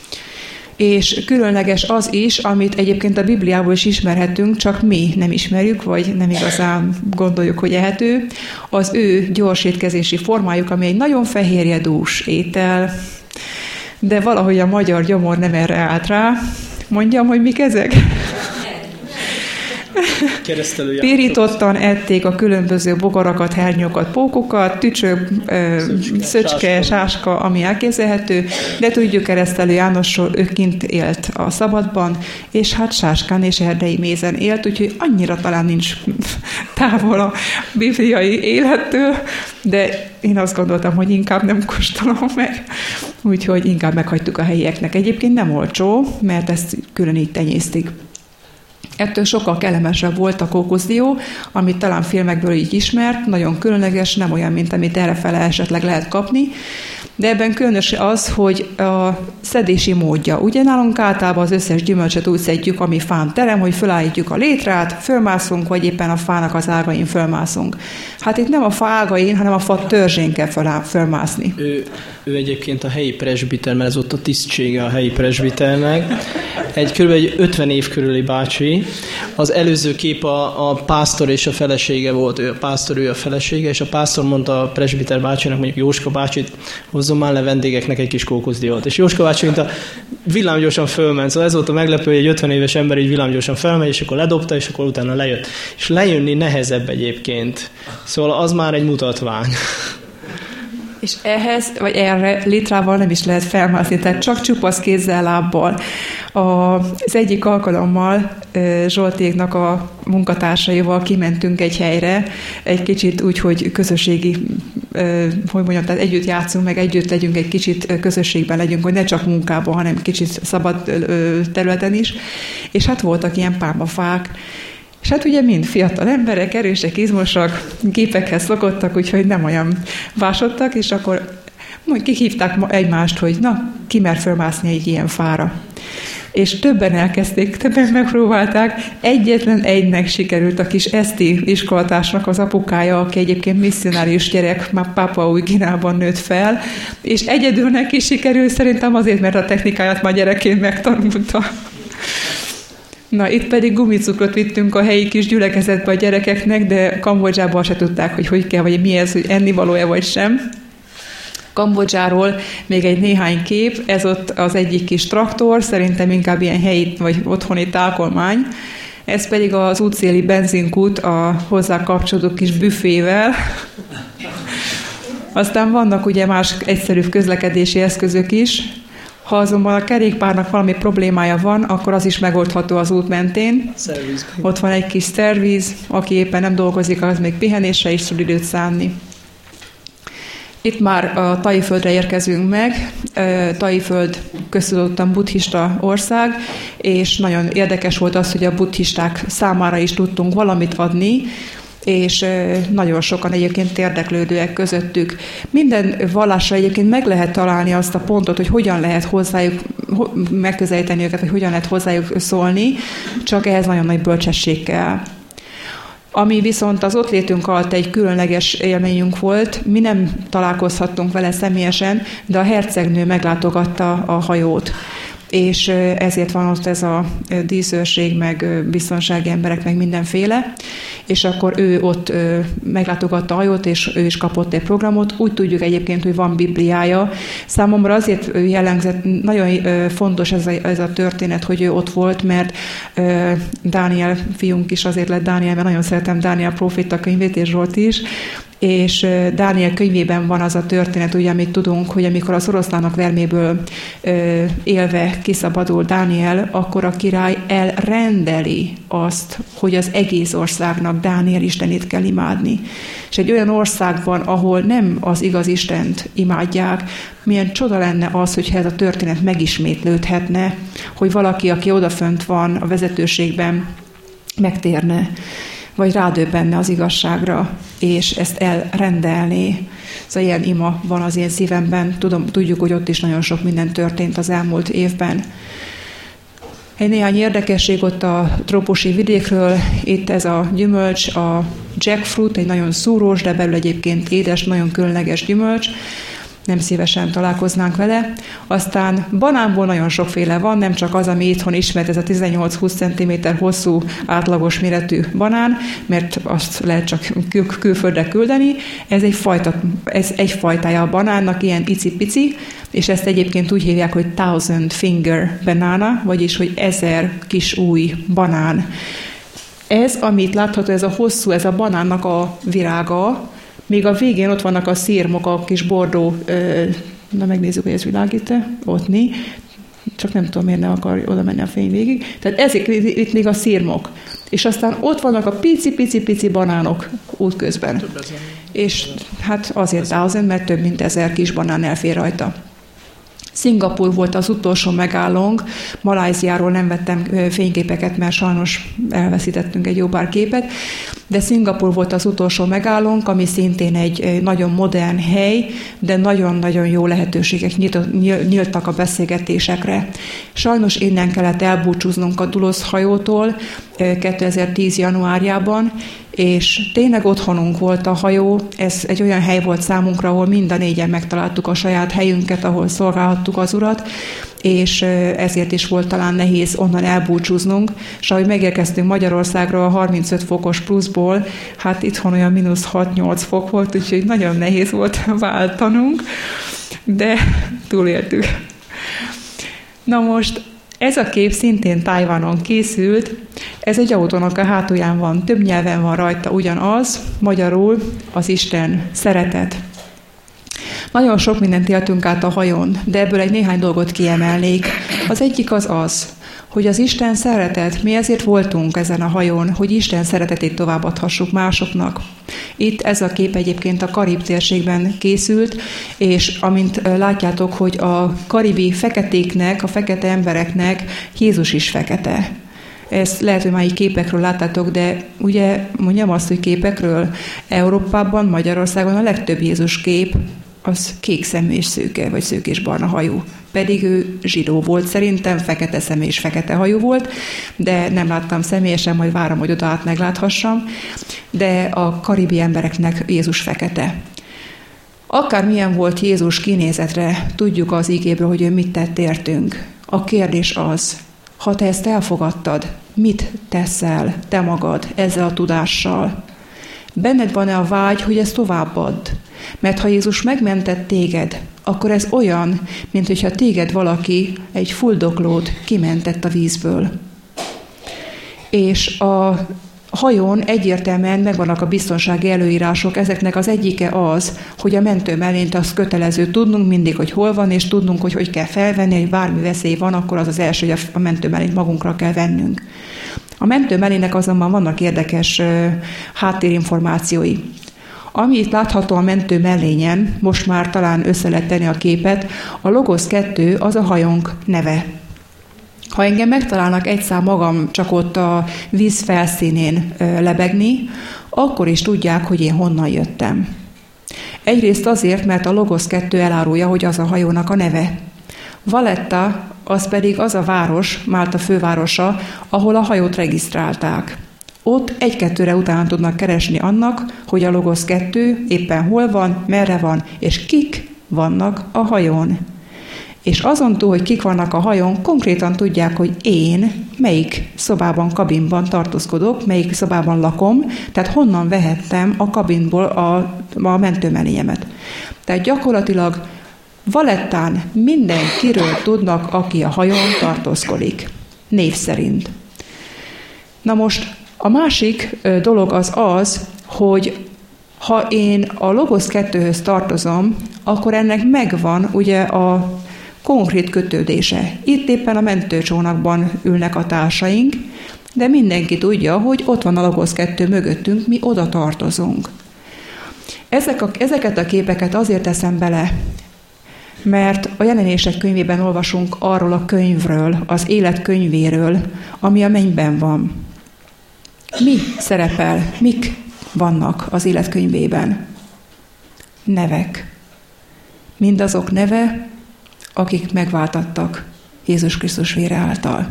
És különleges az is, amit egyébként a Bibliából is ismerhetünk, csak mi nem ismerjük, vagy nem igazán gondoljuk, hogy ehető, az ő gyors étkezési formájuk, ami egy nagyon fehérjedús étel, de valahogy a magyar gyomor nem erre állt rá. Mondjam, hogy mik ezek? Pirítottan ették a különböző bogarakat, hernyókat, pókokat, tücsök, szöcske, sáska, ami elképzelhető, de tudjuk, Keresztelő Jánosról ő kint élt a szabadban, és hát sáskán és erdei mézen élt, úgyhogy annyira talán nincs távol a bibliai élettől, de én azt gondoltam, hogy inkább nem kóstolom meg, úgyhogy inkább meghagytuk a helyieknek. Egyébként nem olcsó, mert ezt külön így tenyésztik. Ettől sokkal kellemesebb volt a kókuszdió, amit talán filmekből így ismert, nagyon különleges, nem olyan, mint amit errefele esetleg lehet kapni, de ebben különös az, hogy a szedési módja. Ugye nálunk általában az összes gyümölcsöt úgy szedjük, ami fán terem, hogy fölállítjuk a létrát, fölmászunk, vagy éppen a fának az ágain fölmászunk. Hát itt nem a fa ágain, hanem a fa törzsén kell fölmászni. Ő egyébként a helyi presbiter, mert ez ott a tisztsége a helyi presbiternek, kb. egy 50 év körüli bácsi. Az előző kép a pásztor és a felesége volt, ő a pásztor, ő a felesége, és a pásztor mondta a presbiter bácsinak, mondjuk Jóska bácsit, hozzon már le vendégeknek egy kis kókuszdiót. És Jóska bácsi, mint a villámgyorsan fölment. Szóval ez volt a meglepő, hogy egy 50 éves ember így villámgyorsan felmegy, és akkor ledobta, és akkor utána lejött. És lejönni nehezebb egyébként. Szóval az már egy mutatvány. És ehhez, vagy erre litrával nem is lehet felmászni, tehát csak csupasz kézzel, lábbal. Az egyik alkalommal Zsoltéknak a munkatársaival kimentünk egy helyre, egy kicsit úgy, hogy közösségi, hogy mondjam, tehát együtt játszunk, meg együtt legyünk, egy kicsit közösségben legyünk, hogy ne csak munkában, hanem kicsit szabad területen is. És hát voltak ilyen pálmafák, és hát ugye mind fiatal emberek, erősek, izmosak, gépekhez szokottak, úgyhogy nem olyan vásodtak, és akkor kihívták egymást, hogy na, ki mer fölmászni egy ilyen fára. És többen elkezdték, többen megpróbálták, egyetlen egynek sikerült, a kis eszti iskolatársnak az apukája, aki egyébként misszionárius gyerek, már Pápua Új-Guineában nőtt fel, és egyedül neki sikerült, szerintem azért, mert a technikáját már gyerekként megtanulta. Na, itt pedig gumicukrot vittünk a helyi kis gyülekezetbe a gyerekeknek, de Kambodzsában se tudták, hogy kell, vagy mi ez, hogy ennivaló-e vagy sem. Kambodzsáról még egy néhány kép, ez ott az egyik kis traktor, szerintem inkább ilyen helyi vagy otthoni tálkolmány. Ez pedig az útszéli benzinkút a hozzá kapcsolódó kis büfével. Aztán vannak ugye más egyszerűbb közlekedési eszközök is. Ha azonban a kerékpárnak valami problémája van, akkor az is megoldható az út mentén. Ott van egy kis szervíz, aki éppen nem dolgozik, az még pihenésre is tud időt szánni. Itt már a Taiföldre érkezünk meg. Taiföld köztudottan buddhista ország, és nagyon érdekes volt az, hogy a buddhisták számára is tudtunk valamit adni, és nagyon sokan egyébként érdeklődőek közöttük. Minden vallásra egyébként meg lehet találni azt a pontot, hogy hogyan lehet hozzájuk megközelíteni őket, vagy hogyan lehet hozzájuk szólni, csak ehhez nagyon nagy bölcsesség kell. Ami viszont az ott létünk alatt egy különleges élményünk volt, mi nem találkozhattunk vele személyesen, de a hercegnő meglátogatta a hajót. És ezért van ott ez a díszőrség, meg biztonsági emberek, meg mindenféle, és akkor ő ott meglátogatta a hajót, és ő is kapott egy programot. Úgy tudjuk egyébként, hogy van Bibliája. Számomra azért jellemzett, nagyon fontos ez a történet, hogy ő ott volt, mert Dániel fiunk is azért lett Dániel, mert nagyon szeretem Dániel próféta könyvét, és Zsolt is, és Dániel könyvében van az a történet, ugye, amit tudunk, hogy amikor az oroszlánok verméből élve kiszabadul Dániel, akkor a király elrendeli azt, hogy az egész országnak Dániel istenét kell imádni. És egy olyan országban, ahol nem az igaz Istent imádják, milyen csoda lenne az, hogyha ez a történet megismétlődhetne, hogy valaki, aki odafönt van a vezetőségben, megtérne, vagy rádöbbenne az igazságra, és ezt elrendelné. Szóval ilyen ima van az én szívemben. Tudjuk, hogy ott is nagyon sok minden történt az elmúlt évben. Egy néhány érdekesség ott a trópusi vidékről. Itt ez a gyümölcs, a jackfruit, egy nagyon szúrós, de belül egyébként édes, nagyon különleges gyümölcs. Nem szívesen találkoznánk vele. Aztán banánból nagyon sokféle van, nem csak az, ami itthon ismert, ez a 18-20 cm hosszú, átlagos méretű banán, mert azt lehet csak külföldre küldeni. Ez egy fajtája a banánnak, ilyen icipici, és ezt egyébként úgy hívják, hogy 1000 finger banana, vagyis, hogy 1000 kis új banán. Ez, amit látható, ez a hosszú, ez a banánnak a virága. Még a végén ott vannak a szirmok, a kis bordó, na megnézzük, hogy ez világít-e, ottni, csak nem tudom, miért nem akar oda menni a fény végig. Tehát ezek itt még a szirmok. És aztán ott vannak a pici banánok útközben. És hát azért 1000, mert több mint 1000 kis banán elfér rajta. Szingapúr volt az utolsó megállónk, Malajziáról nem vettem fényképeket, mert sajnos elveszítettünk egy jó pár képet, de Szingapúr volt az utolsó megállónk, ami szintén egy nagyon modern hely, de nagyon-nagyon jó lehetőségek nyíltak a beszélgetésekre. Sajnos innen kellett elbúcsúznunk a Dulos hajótól 2010. januárjában, és tényleg otthonunk volt a hajó, ez egy olyan hely volt számunkra, ahol mind a négyen megtaláltuk a saját helyünket, ahol szolgálhattuk az Urat, és ezért is volt talán nehéz onnan elbúcsúznunk, és ahogy megérkeztünk Magyarországra a 35 fokos pluszból, hát itthon olyan mínusz 6-8 fok volt, úgyhogy nagyon nehéz volt váltanunk, de túléltük. Na most ez a kép szintén Tajvanon készült, ez egy autónak a hátulján van, több nyelven van rajta ugyanaz, magyarul az Isten szeretet. Nagyon sok mindent éltünk át a hajón, de ebből egy néhány dolgot kiemelnék. Az egyik az, hogy az Isten szeretet, mi ezért voltunk ezen a hajón, hogy Isten szeretetét továbbadhassuk másoknak. Itt ez a kép egyébként a Karib térségben készült, és amint látjátok, hogy a karibi feketéknek, a fekete embereknek Jézus is fekete. Ezt lehet, hogy már így képekről láttátok, de ugye mondjam azt, hogy képekről Európában, Magyarországon a legtöbb Jézus kép az kék szemű és szőke, vagy szőkés-barna hajú. Pedig ő zsidó volt szerintem, fekete szemű és fekete hajú volt, de nem láttam személyesen, majd várom, hogy oda át megláthassam. De a karibi embereknek Jézus fekete. Akármilyen volt Jézus kinézetre, tudjuk az igéből, hogy ő mit tett értünk. A kérdés az, ha te ezt elfogadtad, mit teszel te magad ezzel a tudással? Benned van-e a vágy, hogy ezt továbbadd? Mert ha Jézus megmentett téged, akkor ez olyan, mint hogyha téged valaki egy fuldoklót kimentett a vízből. És a hajón egyértelműen megvannak a biztonsági előírások, ezeknek az egyike az, hogy a mentőmellényt az kötelező tudnunk mindig, hogy hol van, és tudnunk, hogy kell felvenni, hogy bármi veszély van, akkor az az első, hogy a mentőmellényt magunkra kell vennünk. A mentőmellének azonban vannak érdekes háttérinformációi. Ami itt látható a mentő mellényen, most már talán össze lehet tenni a képet, a Logos 2 az a hajónk neve. Ha engem megtalálnak egy szám magam csak ott a víz felszínén lebegni, akkor is tudják, hogy én honnan jöttem. Egyrészt azért, mert a Logos 2 elárulja, hogy az a hajónak a neve. Valletta az pedig az a város, Málta fővárosa, ahol a hajót regisztrálták. Ott 1-2-re utána tudnak keresni annak, hogy a Logos 2 éppen hol van, merre van, és kik vannak a hajón. És azon túl, hogy kik vannak a hajón, konkrétan tudják, hogy én melyik szobában, kabinban tartózkodok, melyik szobában lakom, tehát honnan vehettem a kabinból a mentőmelényemet. Tehát gyakorlatilag Valettán mindenkiről tudnak, aki a hajón tartózkodik, név szerint. Na most a másik dolog az, hogy ha én a Logos 2-höz tartozom, akkor ennek megvan ugye a konkrét kötődése. Itt éppen a mentőcsónakban ülnek a társaink, de mindenki tudja, hogy ott van a Logos 2 mögöttünk, mi oda tartozunk. Ezeket a képeket azért teszem bele, mert a Jelenések könyvében olvasunk arról a könyvről, az élet könyvéről, ami a mennyben van. Mi szerepel, mik vannak az élet könyvében? Nevek. Mindazok neve, akik megváltattak Jézus Krisztus vére által.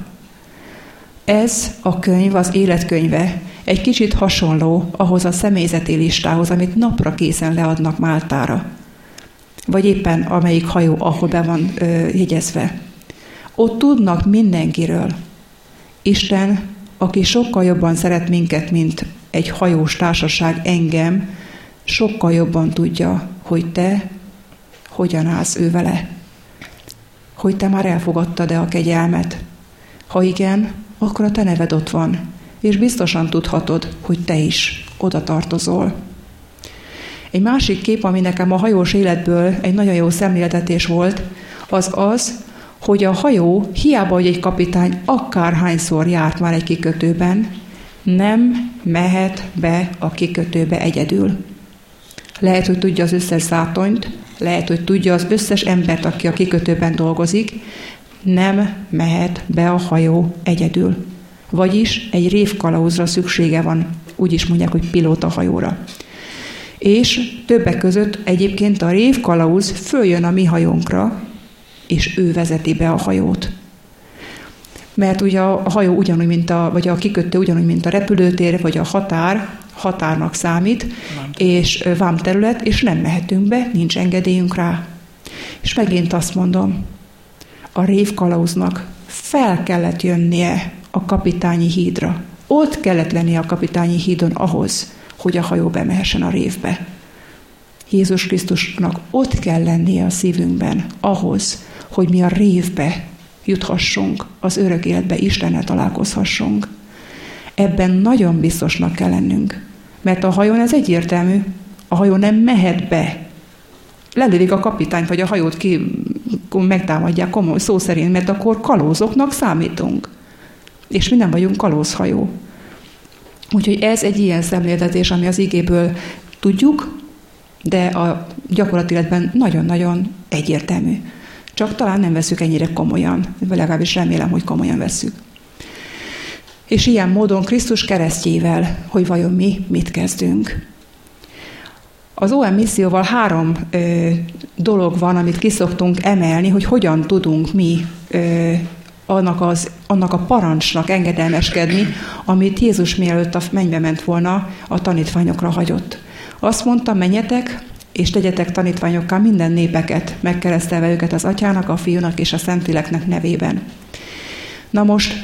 Ez a könyv, az életkönyve egy kicsit hasonló ahhoz a személyzeti listához, amit napra készen leadnak Máltára. Vagy éppen amelyik hajó, ahol be van jegyezve. Ott tudnak mindenkiről. Isten, aki sokkal jobban szeret minket, mint egy hajós társaság engem, sokkal jobban tudja, hogy te hogyan állsz ő vele. Hogy te már elfogadtad-e a kegyelmet. Ha igen, akkor a te neved ott van, és biztosan tudhatod, hogy te is oda tartozol. Egy másik kép, ami nekem a hajós életből egy nagyon jó szemléltetés volt, az, hogy a hajó, hiába, hogy egy kapitány akárhányszor járt már egy kikötőben, nem mehet be a kikötőbe egyedül. Lehet, hogy tudja az összes zátonyt, lehet, hogy tudja az összes embert, aki a kikötőben dolgozik, nem mehet be a hajó egyedül. Vagyis egy révkalauzra szüksége van, úgy is mondják, hogy pilótahajóra. És többek között egyébként a révkalauz följön a mi hajónkra, és ő vezeti be a hajót. Mert ugye a hajó ugyanúgy, vagy a kikötő ugyanúgy, mint a repülőtér, vagy a határnak számít, és vámterület, és nem mehetünk be, nincs engedélyünk rá. És megint azt mondom, a révkalauznak fel kellett jönnie a kapitányi hídra. Ott kellett lennie a kapitányi hídon ahhoz, hogy a hajó bemehessen a révbe. Jézus Krisztusnak ott kell lennie a szívünkben ahhoz, hogy mi a révbe juthassunk, az örök életbe Istennel találkozhassunk. Ebben nagyon biztosnak kell lennünk, mert a hajón ez egyértelmű, a hajó nem mehet be. Lelövik a kapitányt, vagy a hajót megtámadják szó szerint, mert akkor kalózoknak számítunk. És mi nem vagyunk kalózhajó. Úgyhogy ez egy ilyen szemléltetés, ami az igéből tudjuk, de a gyakorlati életben nagyon-nagyon egyértelmű. Csak talán nem veszük ennyire komolyan, vagy legalábbis remélem, hogy komolyan vesszük. És ilyen módon Krisztus keresztjével, hogy vajon mi mit kezdünk. Az OM misszióval 3 dolog van, amit ki szoktunk emelni, hogy hogyan tudunk mi annak a parancsnak engedelmeskedni, amit Jézus mielőtt a mennybe ment volna, a tanítványokra hagyott. Azt mondta, menjetek, és tegyetek tanítványokká minden népeket, megkeresztelve őket az Atyának, a Fiúnak és a Szentléleknek nevében. Na most,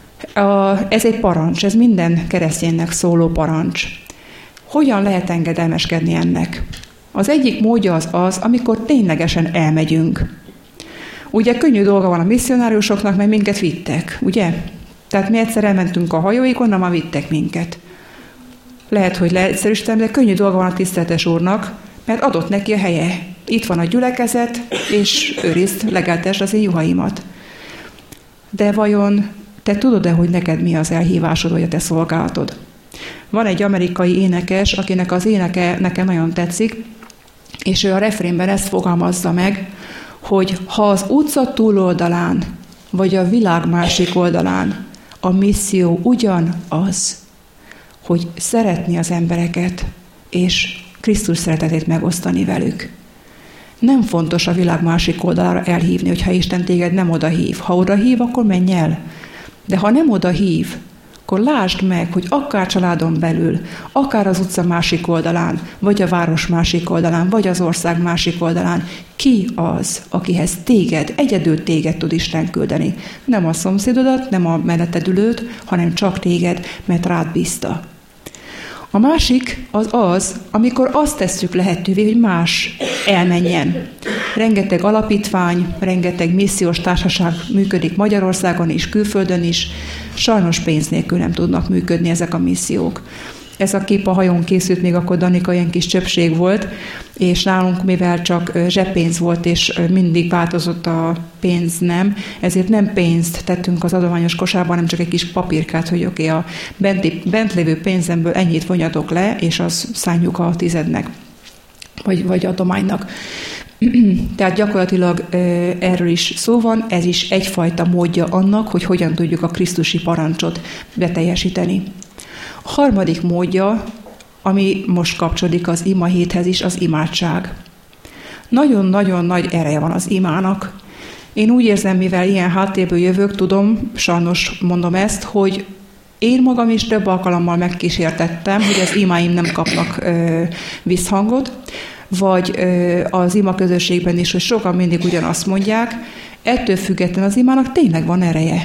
ez egy parancs, ez minden kereszténynek szóló parancs. Hogyan lehet engedelmeskedni ennek? Az egyik módja az, amikor ténylegesen elmegyünk. Ugye könnyű dolga van a misszionáriusoknak, mert minket vittek, ugye? Tehát mi egyszer elmentünk a hajóikon, na már vittek minket. Lehet, hogy leegyszerűsítem, de könnyű dolga van a tiszteletes úrnak, mert adott neki a helye. Itt van a gyülekezet, és őrizd, legeltesd az én juhaimat. De vajon te tudod-e, hogy neked mi az elhívásod, vagy a te szolgálatod? Van egy amerikai énekes, akinek az éneke nekem nagyon tetszik, és ő a refrénben ezt fogalmazza meg, hogy ha az utca túloldalán, vagy a világ másik oldalán a misszió ugyanaz, hogy szeretni az embereket, és Krisztus szeretetét megosztani velük. Nem fontos a világ másik oldalára elhívni, hogyha Isten téged nem oda hív. Ha oda hív, akkor menj el. De ha nem oda hív, akkor lásd meg, hogy akár családon belül, akár az utca másik oldalán, vagy a város másik oldalán, vagy az ország másik oldalán, ki az, akihez téged, egyedül téged tud Isten küldeni. Nem a szomszédodat, nem a melletted ülőt, hanem csak téged, mert rád bízta. A másik az, amikor azt tesszük lehetővé, hogy más elmenjen. Rengeteg alapítvány, rengeteg missziós társaság működik Magyarországon is, külföldön is. Sajnos pénz nélkül nem tudnak működni ezek a missziók. Ez a kép a hajón készült, még akkor Danika ilyen kis csöpség volt, és nálunk, mivel csak zseppénz volt, és mindig változott a pénz, nem, ezért nem pénzt tettünk az adományos kosárba, hanem csak egy kis papírkát, hogy oké, a bent lévő pénzemből ennyit vonjatok le, és az szánjuk a tizednek, vagy adománynak. Tehát gyakorlatilag erről is szó van, ez is egyfajta módja annak, hogy hogyan tudjuk a krisztusi parancsot beteljesíteni. A harmadik módja, ami most kapcsolódik az ima héthez is, az imádság. Nagyon-nagyon nagy ereje van az imának. Én úgy érzem, mivel ilyen háttérből jövök, tudom, sajnos mondom ezt, hogy én magam is több alkalommal megkísértettem, hogy az imáim nem kapnak visszhangot, vagy az ima közösségben is, hogy sokan mindig ugyanazt mondják, ettől függetlenül az imának tényleg van ereje.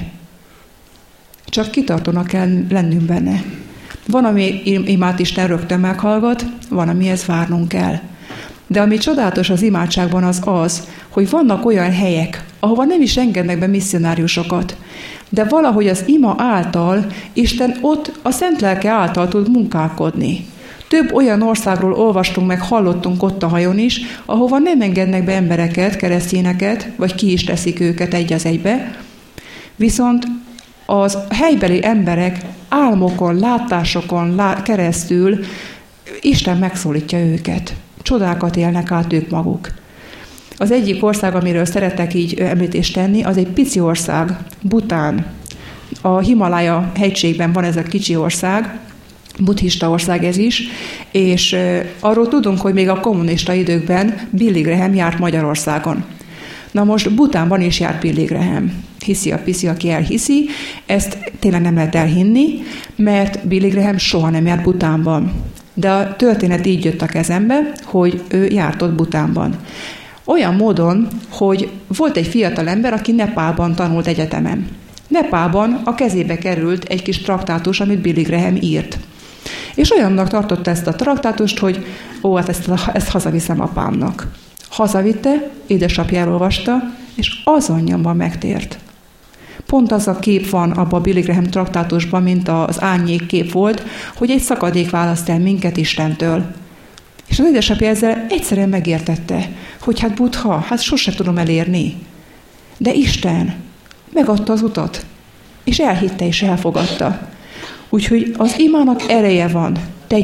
Csak kitartónak kell lennünk benne. Van, ami imát Isten rögtön meghallgat, van, amihez várnunk kell. De ami csodálatos az imádságban az, hogy vannak olyan helyek, ahova nem is engednek be misszionáriusokat, de valahogy az ima által Isten ott a szent lelke által tud munkálkodni. Több olyan országról olvastunk meg, hallottunk ott a hajón is, ahova nem engednek be embereket, keresztényeket, vagy ki is teszik őket egy az egybe, viszont az helybeli emberek álmokon, látásokon keresztül Isten megszólítja őket. Csodákat élnek át ők maguk. Az egyik ország, amiről szeretek így említést tenni, az egy pici ország, Bután. A Himalája hegységben van ez a kicsi ország, buddhista ország ez is, és arról tudunk, hogy még a kommunista időkben Billy Graham járt Magyarországon. Na most Butánban is járt Billy Graham. Hiszi a piszi, aki elhiszi. Ezt tényleg nem lehet elhinni, mert Billy Graham soha nem járt Butánban. De a történet így jött a kezembe, hogy ő járt ott Butánban. Olyan módon, hogy volt egy fiatal ember, aki Nepálban tanult egyetemen. Nepálban a kezébe került egy kis traktátus, amit Billy Graham írt. És olyannak tartotta ezt a traktátust, hogy ezt hazaviszem apámnak. Hazavitte, édesapja elolvasta, és azonnyiban megtért. Pont az a kép van abban a Billy Graham traktátusban, mint az árnyék kép volt, hogy egy szakadék választ el minket Istentől. És az édesapja ezzel egyszerűen megértette, hogy hát Buddha, hát sosem tudom elérni. De Isten megadta az utat, és elhitte és elfogadta. Úgyhogy az imának ereje van.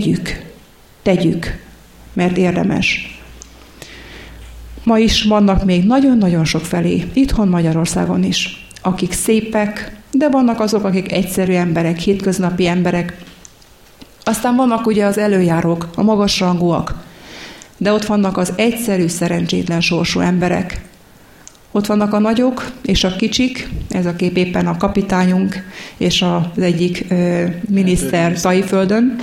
Tegyük, mert érdemes. Ma is vannak még nagyon-nagyon sok felé, itthon Magyarországon is, akik szépek, de vannak azok, akik egyszerű emberek, hétköznapi emberek. Aztán vannak ugye az előjárók, a magasrangúak, de ott vannak az egyszerű, szerencsétlen sorsú emberek. Ott vannak a nagyok és a kicsik, ez a kép éppen a kapitányunk és az egyik miniszter Tajföldön,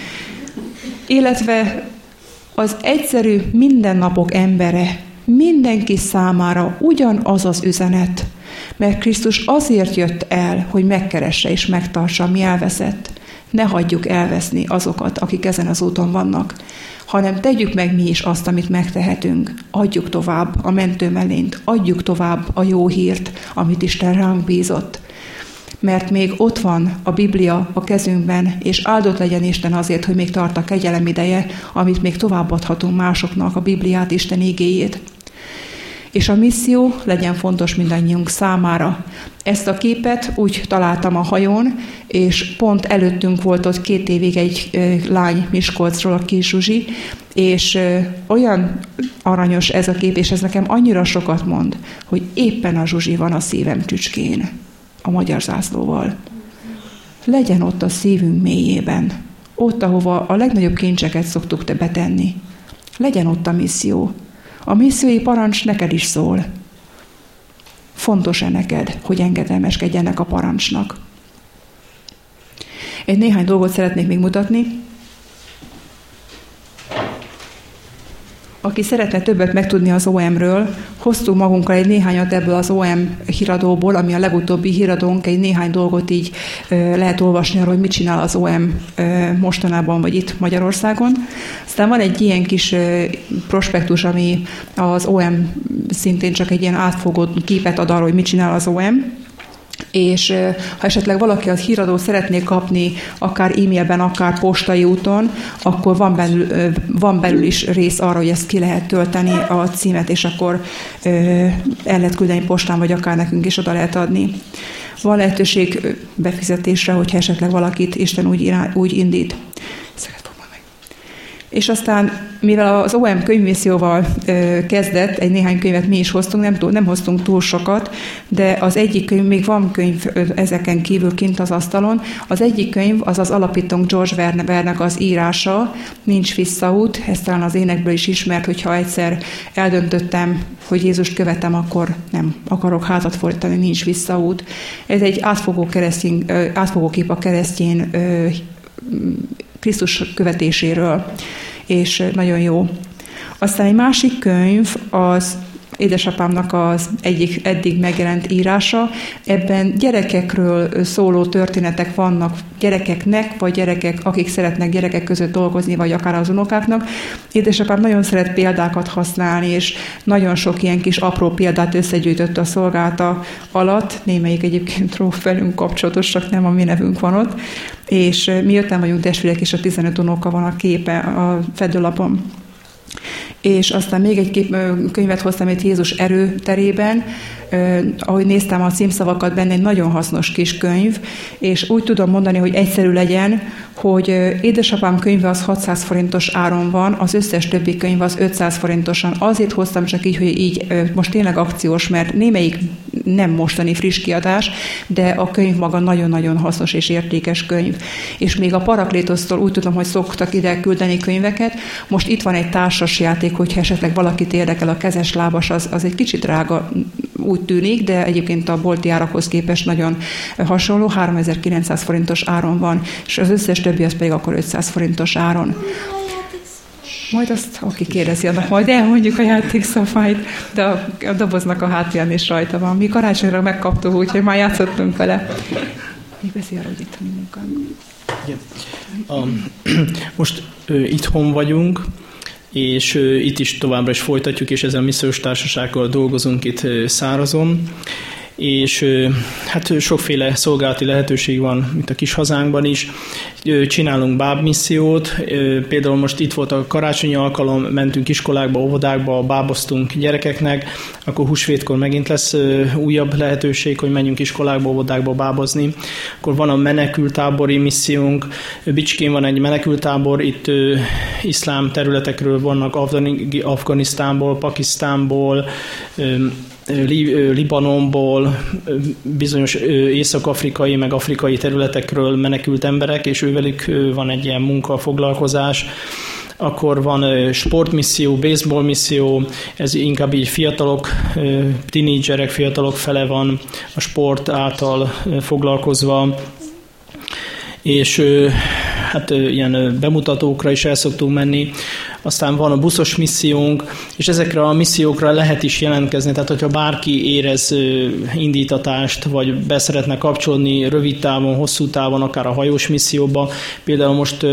illetve az egyszerű mindennapok embere, mindenki számára ugyanaz az üzenet, mert Krisztus azért jött el, hogy megkeresse és megtartsa, ami elveszett. Ne hagyjuk elveszni azokat, akik ezen az úton vannak, hanem tegyük meg mi is azt, amit megtehetünk. Adjuk tovább a mentőmelényt, adjuk tovább a jó hírt, amit Isten ránk bízott. Mert még ott van a Biblia a kezünkben, és áldott legyen Isten azért, hogy még tart a kegyelem ideje, amit még továbbadhatunk másoknak, a Bibliát, Isten igéjét. És a misszió legyen fontos mindannyiunk számára. Ezt a képet úgy találtam a hajón, és pont előttünk volt ott 2 évig egy lány Miskolcról, a Kis Zsuzsi, és olyan aranyos ez a kép, és ez nekem annyira sokat mond, hogy éppen a Zsuzsi van a szívem csücskén, a magyar zászlóval. Legyen ott a szívünk mélyében, ott, ahova a legnagyobb kincseket szoktuk betenni. Legyen ott a misszió. A missziói parancs neked is szól. Fontos-e neked, hogy engedelmeskedj ennek a parancsnak? Néhány dolgot szeretnék még mutatni. Aki szeretne többet megtudni az OM-ről, hoztunk magunkkal egy néhányat ebből az OM híradóból, ami a legutóbbi híradónk, egy néhány dolgot így lehet olvasni arról, hogy mit csinál az OM mostanában, vagy itt Magyarországon. Aztán van egy ilyen kis prospektus, ami az OM szintén csak egy ilyen átfogó képet ad arról, hogy mit csinál az OM. És ha esetleg valaki az híradót szeretné kapni, akár e-mailben, akár postai úton, akkor van belül is rész arra, hogy ezt ki lehet tölteni a címet, és akkor el lehet küldeni postán, vagy akár nekünk is oda lehet adni. Van lehetőség befizetésre, hogyha esetleg valakit Isten úgy indít. És aztán, mivel az OM könyvmisszióval kezdett, egy néhány könyvet mi is hoztunk, nem hoztunk túl sokat, de az egyik könyv, még van könyv ezeken kívül kint az asztalon, az egyik könyv az az alapítónk George Vernernek az írása, Nincs visszaút, ez talán az énekből is ismert, hogyha egyszer eldöntöttem, hogy Jézust követem, akkor nem akarok hátat fordítani, nincs visszaút. Ez egy átfogó kép a keresztény Krisztus követéséről, és nagyon jó. Aztán egy másik könyv az édesapámnak az egyik eddig megjelent írása. Ebben gyerekekről szóló történetek vannak, gyerekeknek, vagy gyerekek, akik szeretnek gyerekek között dolgozni, vagy akár az unokáknak. Édesapám nagyon szeret példákat használni, és nagyon sok ilyen kis apró példát összegyűjtött a szolgálata alatt. Némelyik egyébként velünk kapcsolatos, csak nem a mi nevünk van ott. És mi 5-en vagyunk testvérek, és a 15 unoka van a képe a fedőlapon. És aztán még egy könyvet hoztam itt Jézus erőterében, ahogy néztem a címszavakat benne, egy nagyon hasznos kis könyv, és úgy tudom mondani, hogy egyszerű legyen, hogy édesapám könyve az 600 forintos áron van, az összes többi könyv az 500 forintosan. Azért hoztam csak így, hogy így most tényleg akciós, mert némelyik nem mostani friss kiadás, de a könyv maga nagyon-nagyon hasznos és értékes könyv. És még a Paraklétosztól úgy tudom, hogy szoktak ide küldeni könyveket. Most itt van egy társasjáték, hogyha esetleg valakit érdekel a kezes lábas, az egy kicsit drága, úgy tűnik, de egyébként a bolti árakhoz képest nagyon hasonló, 3900 forintos áron van, és az összes többi az pedig akkor 500 forintos áron. Majd azt, aki kérdezi, annak majd elmondjuk a játékszabályt, de a doboznak a hátulján is rajta van. Mi karácsonyra megkaptuk, úgyhogy már játszottunk vele. Még beszél arra, hogy itt a mi munkánk. Most itthon vagyunk, és itt is továbbra is folytatjuk, és ezzel a missziós társasággal dolgozunk itt szárazon. És hát sokféle szolgálati lehetőség van itt a kis hazánkban is. Csinálunk bábmissziót, például most itt volt a karácsonyi alkalom, mentünk iskolákba, óvodákba, báboztunk gyerekeknek, akkor húsvétkor megint lesz újabb lehetőség, hogy menjünk iskolákba, óvodákba bábozni. Akkor van a menekültábori missziónk, Bicskén van egy menekültábor, itt iszlám területekről vannak, Afganisztánból, Pakisztánból, Libanonból, bizonyos észak-afrikai, meg afrikai területekről menekült emberek, és ővelük van egy ilyen munkafoglalkozás. Akkor van sportmisszió, baseball misszió, ez inkább így fiatalok, tinédzserek, fiatalok fele van a sport által foglalkozva, és hát ilyen bemutatókra is el szoktunk menni. Aztán van a buszos missziónk, és ezekre a missziókra lehet is jelentkezni, tehát hogyha bárki érez indítatást, vagy be szeretne kapcsolni rövid távon, hosszú távon, akár a hajós misszióba. Például most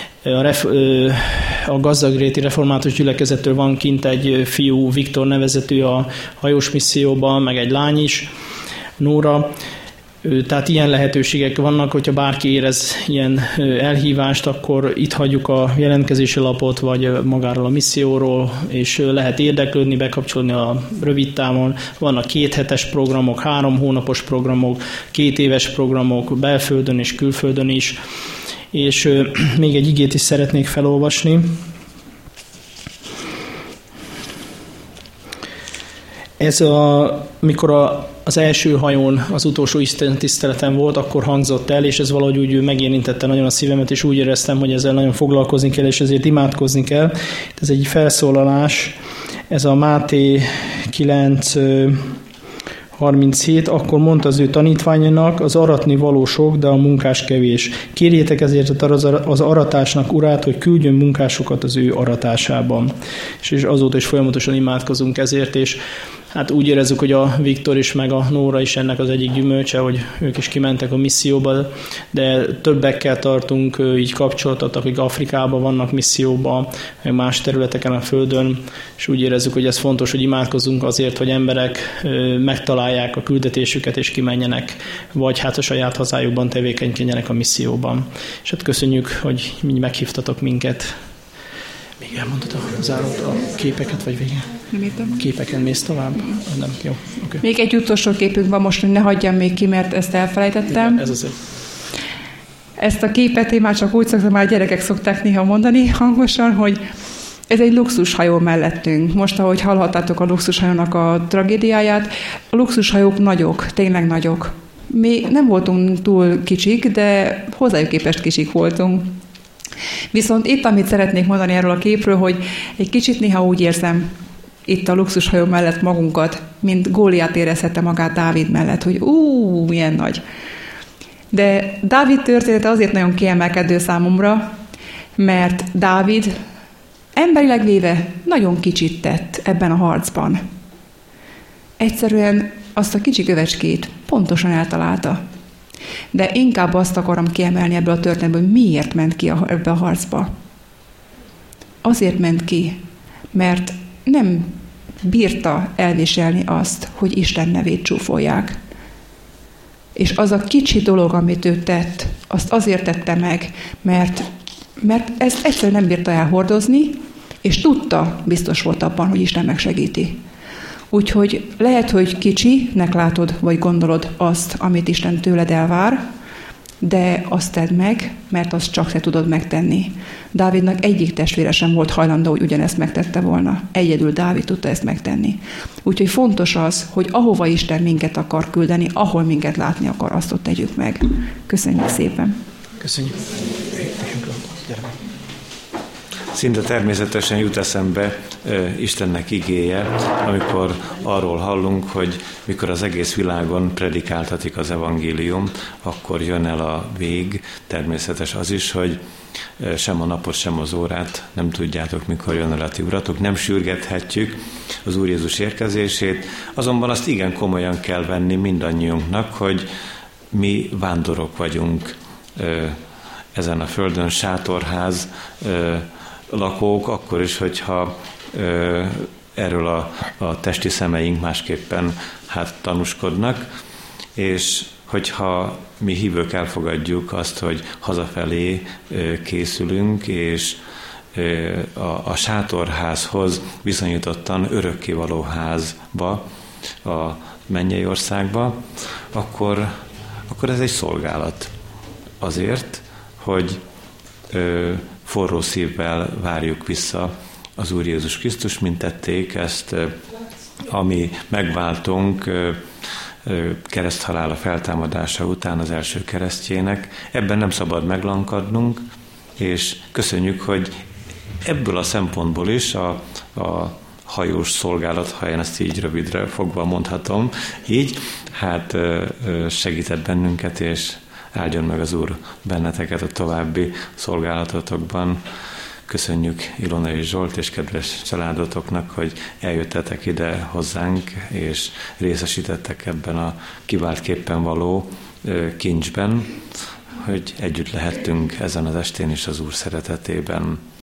a Gazdagréti Református Gyülekezettől van kint egy fiú, Viktor nevezetű a hajós misszióba, meg egy lány is, Nóra. Tehát ilyen lehetőségek vannak, hogyha bárki érez ilyen elhívást, akkor itt hagyjuk a jelentkezési lapot, vagy magáról a misszióról, és lehet érdeklődni, bekapcsolni a rövid távon. Vannak 2 hetes programok, 3 hónapos programok, 2 éves programok, belföldön és külföldön is. És még egy igét is szeretnék felolvasni. Ez mikor az első hajón az utolsó istentiszteleten volt, akkor hangzott el, és ez valahogy úgy megérintette nagyon a szívemet, és úgy éreztem, hogy ezzel nagyon foglalkozni kell, és ezért imádkozni kell. Ez egy felszólalás, ez a Máté 9:37, akkor mondta az ő tanítványainak, az aratni való sok, de a munkás kevés. Kérjétek ezért az aratásnak urát, hogy küldjön munkásokat az ő aratásában. És azóta is folyamatosan imádkozunk ezért, és hát úgy érezzük, hogy a Viktor is, meg a Nóra is ennek az egyik gyümölcse, hogy ők is kimentek a misszióba, de többekkel tartunk így kapcsolatot, akik Afrikában vannak misszióban, meg más területeken a Földön, és úgy érezzük, hogy ez fontos, hogy imádkozunk azért, hogy emberek megtalálják a küldetésüket, és kimenjenek, vagy hát a saját hazájukban tevékenykedjenek a misszióban. És hát köszönjük, hogy így meghívtatok minket. Még elmondod a képeket, vagy vége? Nem értem. Képeken mész tovább? Nem, jó. Okay. Még egy utolsó képünk van most, hogy ne hagyjam még ki, mert ezt elfelejtettem. Ez azért. Ezt a képet én már csak úgy szoktam, már a gyerekek szokták néha mondani hangosan, hogy ez egy luxushajó mellettünk. Most, ahogy hallhattátok a luxushajónak a tragédiáját, a luxushajók nagyok, tényleg nagyok. Mi nem voltunk túl kicsik, de hozzájuk képest kicsik voltunk. Viszont itt, amit szeretnék mondani erről a képről, hogy egy kicsit néha úgy érzem itt a luxushajó mellett magunkat, mint Góliát érezhette magát Dávid mellett, hogy milyen nagy. De Dávid története azért nagyon kiemelkedő számomra, mert Dávid emberileg véve nagyon kicsit tett ebben a harcban. Egyszerűen azt a kicsi kövecskét pontosan eltalálta. De inkább azt akarom kiemelni ebből a történetből, hogy miért ment ki ebbe a harcba. Azért ment ki, mert nem bírta elviselni azt, hogy Isten nevét csúfolják. És az a kicsi dolog, amit ő tett, azt azért tette meg, mert ezt egyszerűen nem bírta elhordozni, és tudta, biztos volt abban, hogy Isten megsegíti. Úgyhogy lehet, hogy kicsinek látod, vagy gondolod azt, amit Isten tőled elvár, de azt tedd meg, mert azt csak te tudod megtenni. Dávidnak egyik testvére sem volt hajlandó, hogy ugyanezt megtette volna. Egyedül Dávid tudta ezt megtenni. Úgyhogy fontos az, hogy ahova Isten minket akar küldeni, ahol minket látni akar, azt ott tegyük meg. Köszönjük szépen! Köszönjük! Szinte természetesen jut eszembe Istennek igéje, amikor arról hallunk, hogy mikor az egész világon predikáltatik az evangélium, akkor jön el a vég. Természetes az is, hogy sem a napot, sem az órát nem tudjátok, mikor jön el a ti uratok. Nem sürgethetjük az Úr Jézus érkezését, azonban azt igen komolyan kell venni mindannyiunknak, hogy mi vándorok vagyunk ezen a földön, sátorház lakók, akkor is, hogyha erről a testi szemeink másképpen tanúskodnak, és hogyha mi hívők elfogadjuk azt, hogy hazafelé készülünk, és a sátorházhoz viszonyítottan örökkévaló házba, a mennyei országba, akkor ez egy szolgálat azért, hogy forró szívvel várjuk vissza az Úr Jézus Krisztus, mint tették ezt a mi megváltónk kereszthalála feltámadása után az első keresztjének. Ebben nem szabad meglankadnunk, és köszönjük, hogy ebből a szempontból is a hajós szolgálat, ha én ezt így rövidre fogva mondhatom, így, segített bennünket, és áldjon meg az Úr benneteket a további szolgálatotokban. Köszönjük Ilona és Zsolt és kedves családotoknak, hogy eljöttetek ide hozzánk, és részesítettek ebben a kiváltképpen való kincsben, hogy együtt lehettünk ezen az estén is az Úr szeretetében.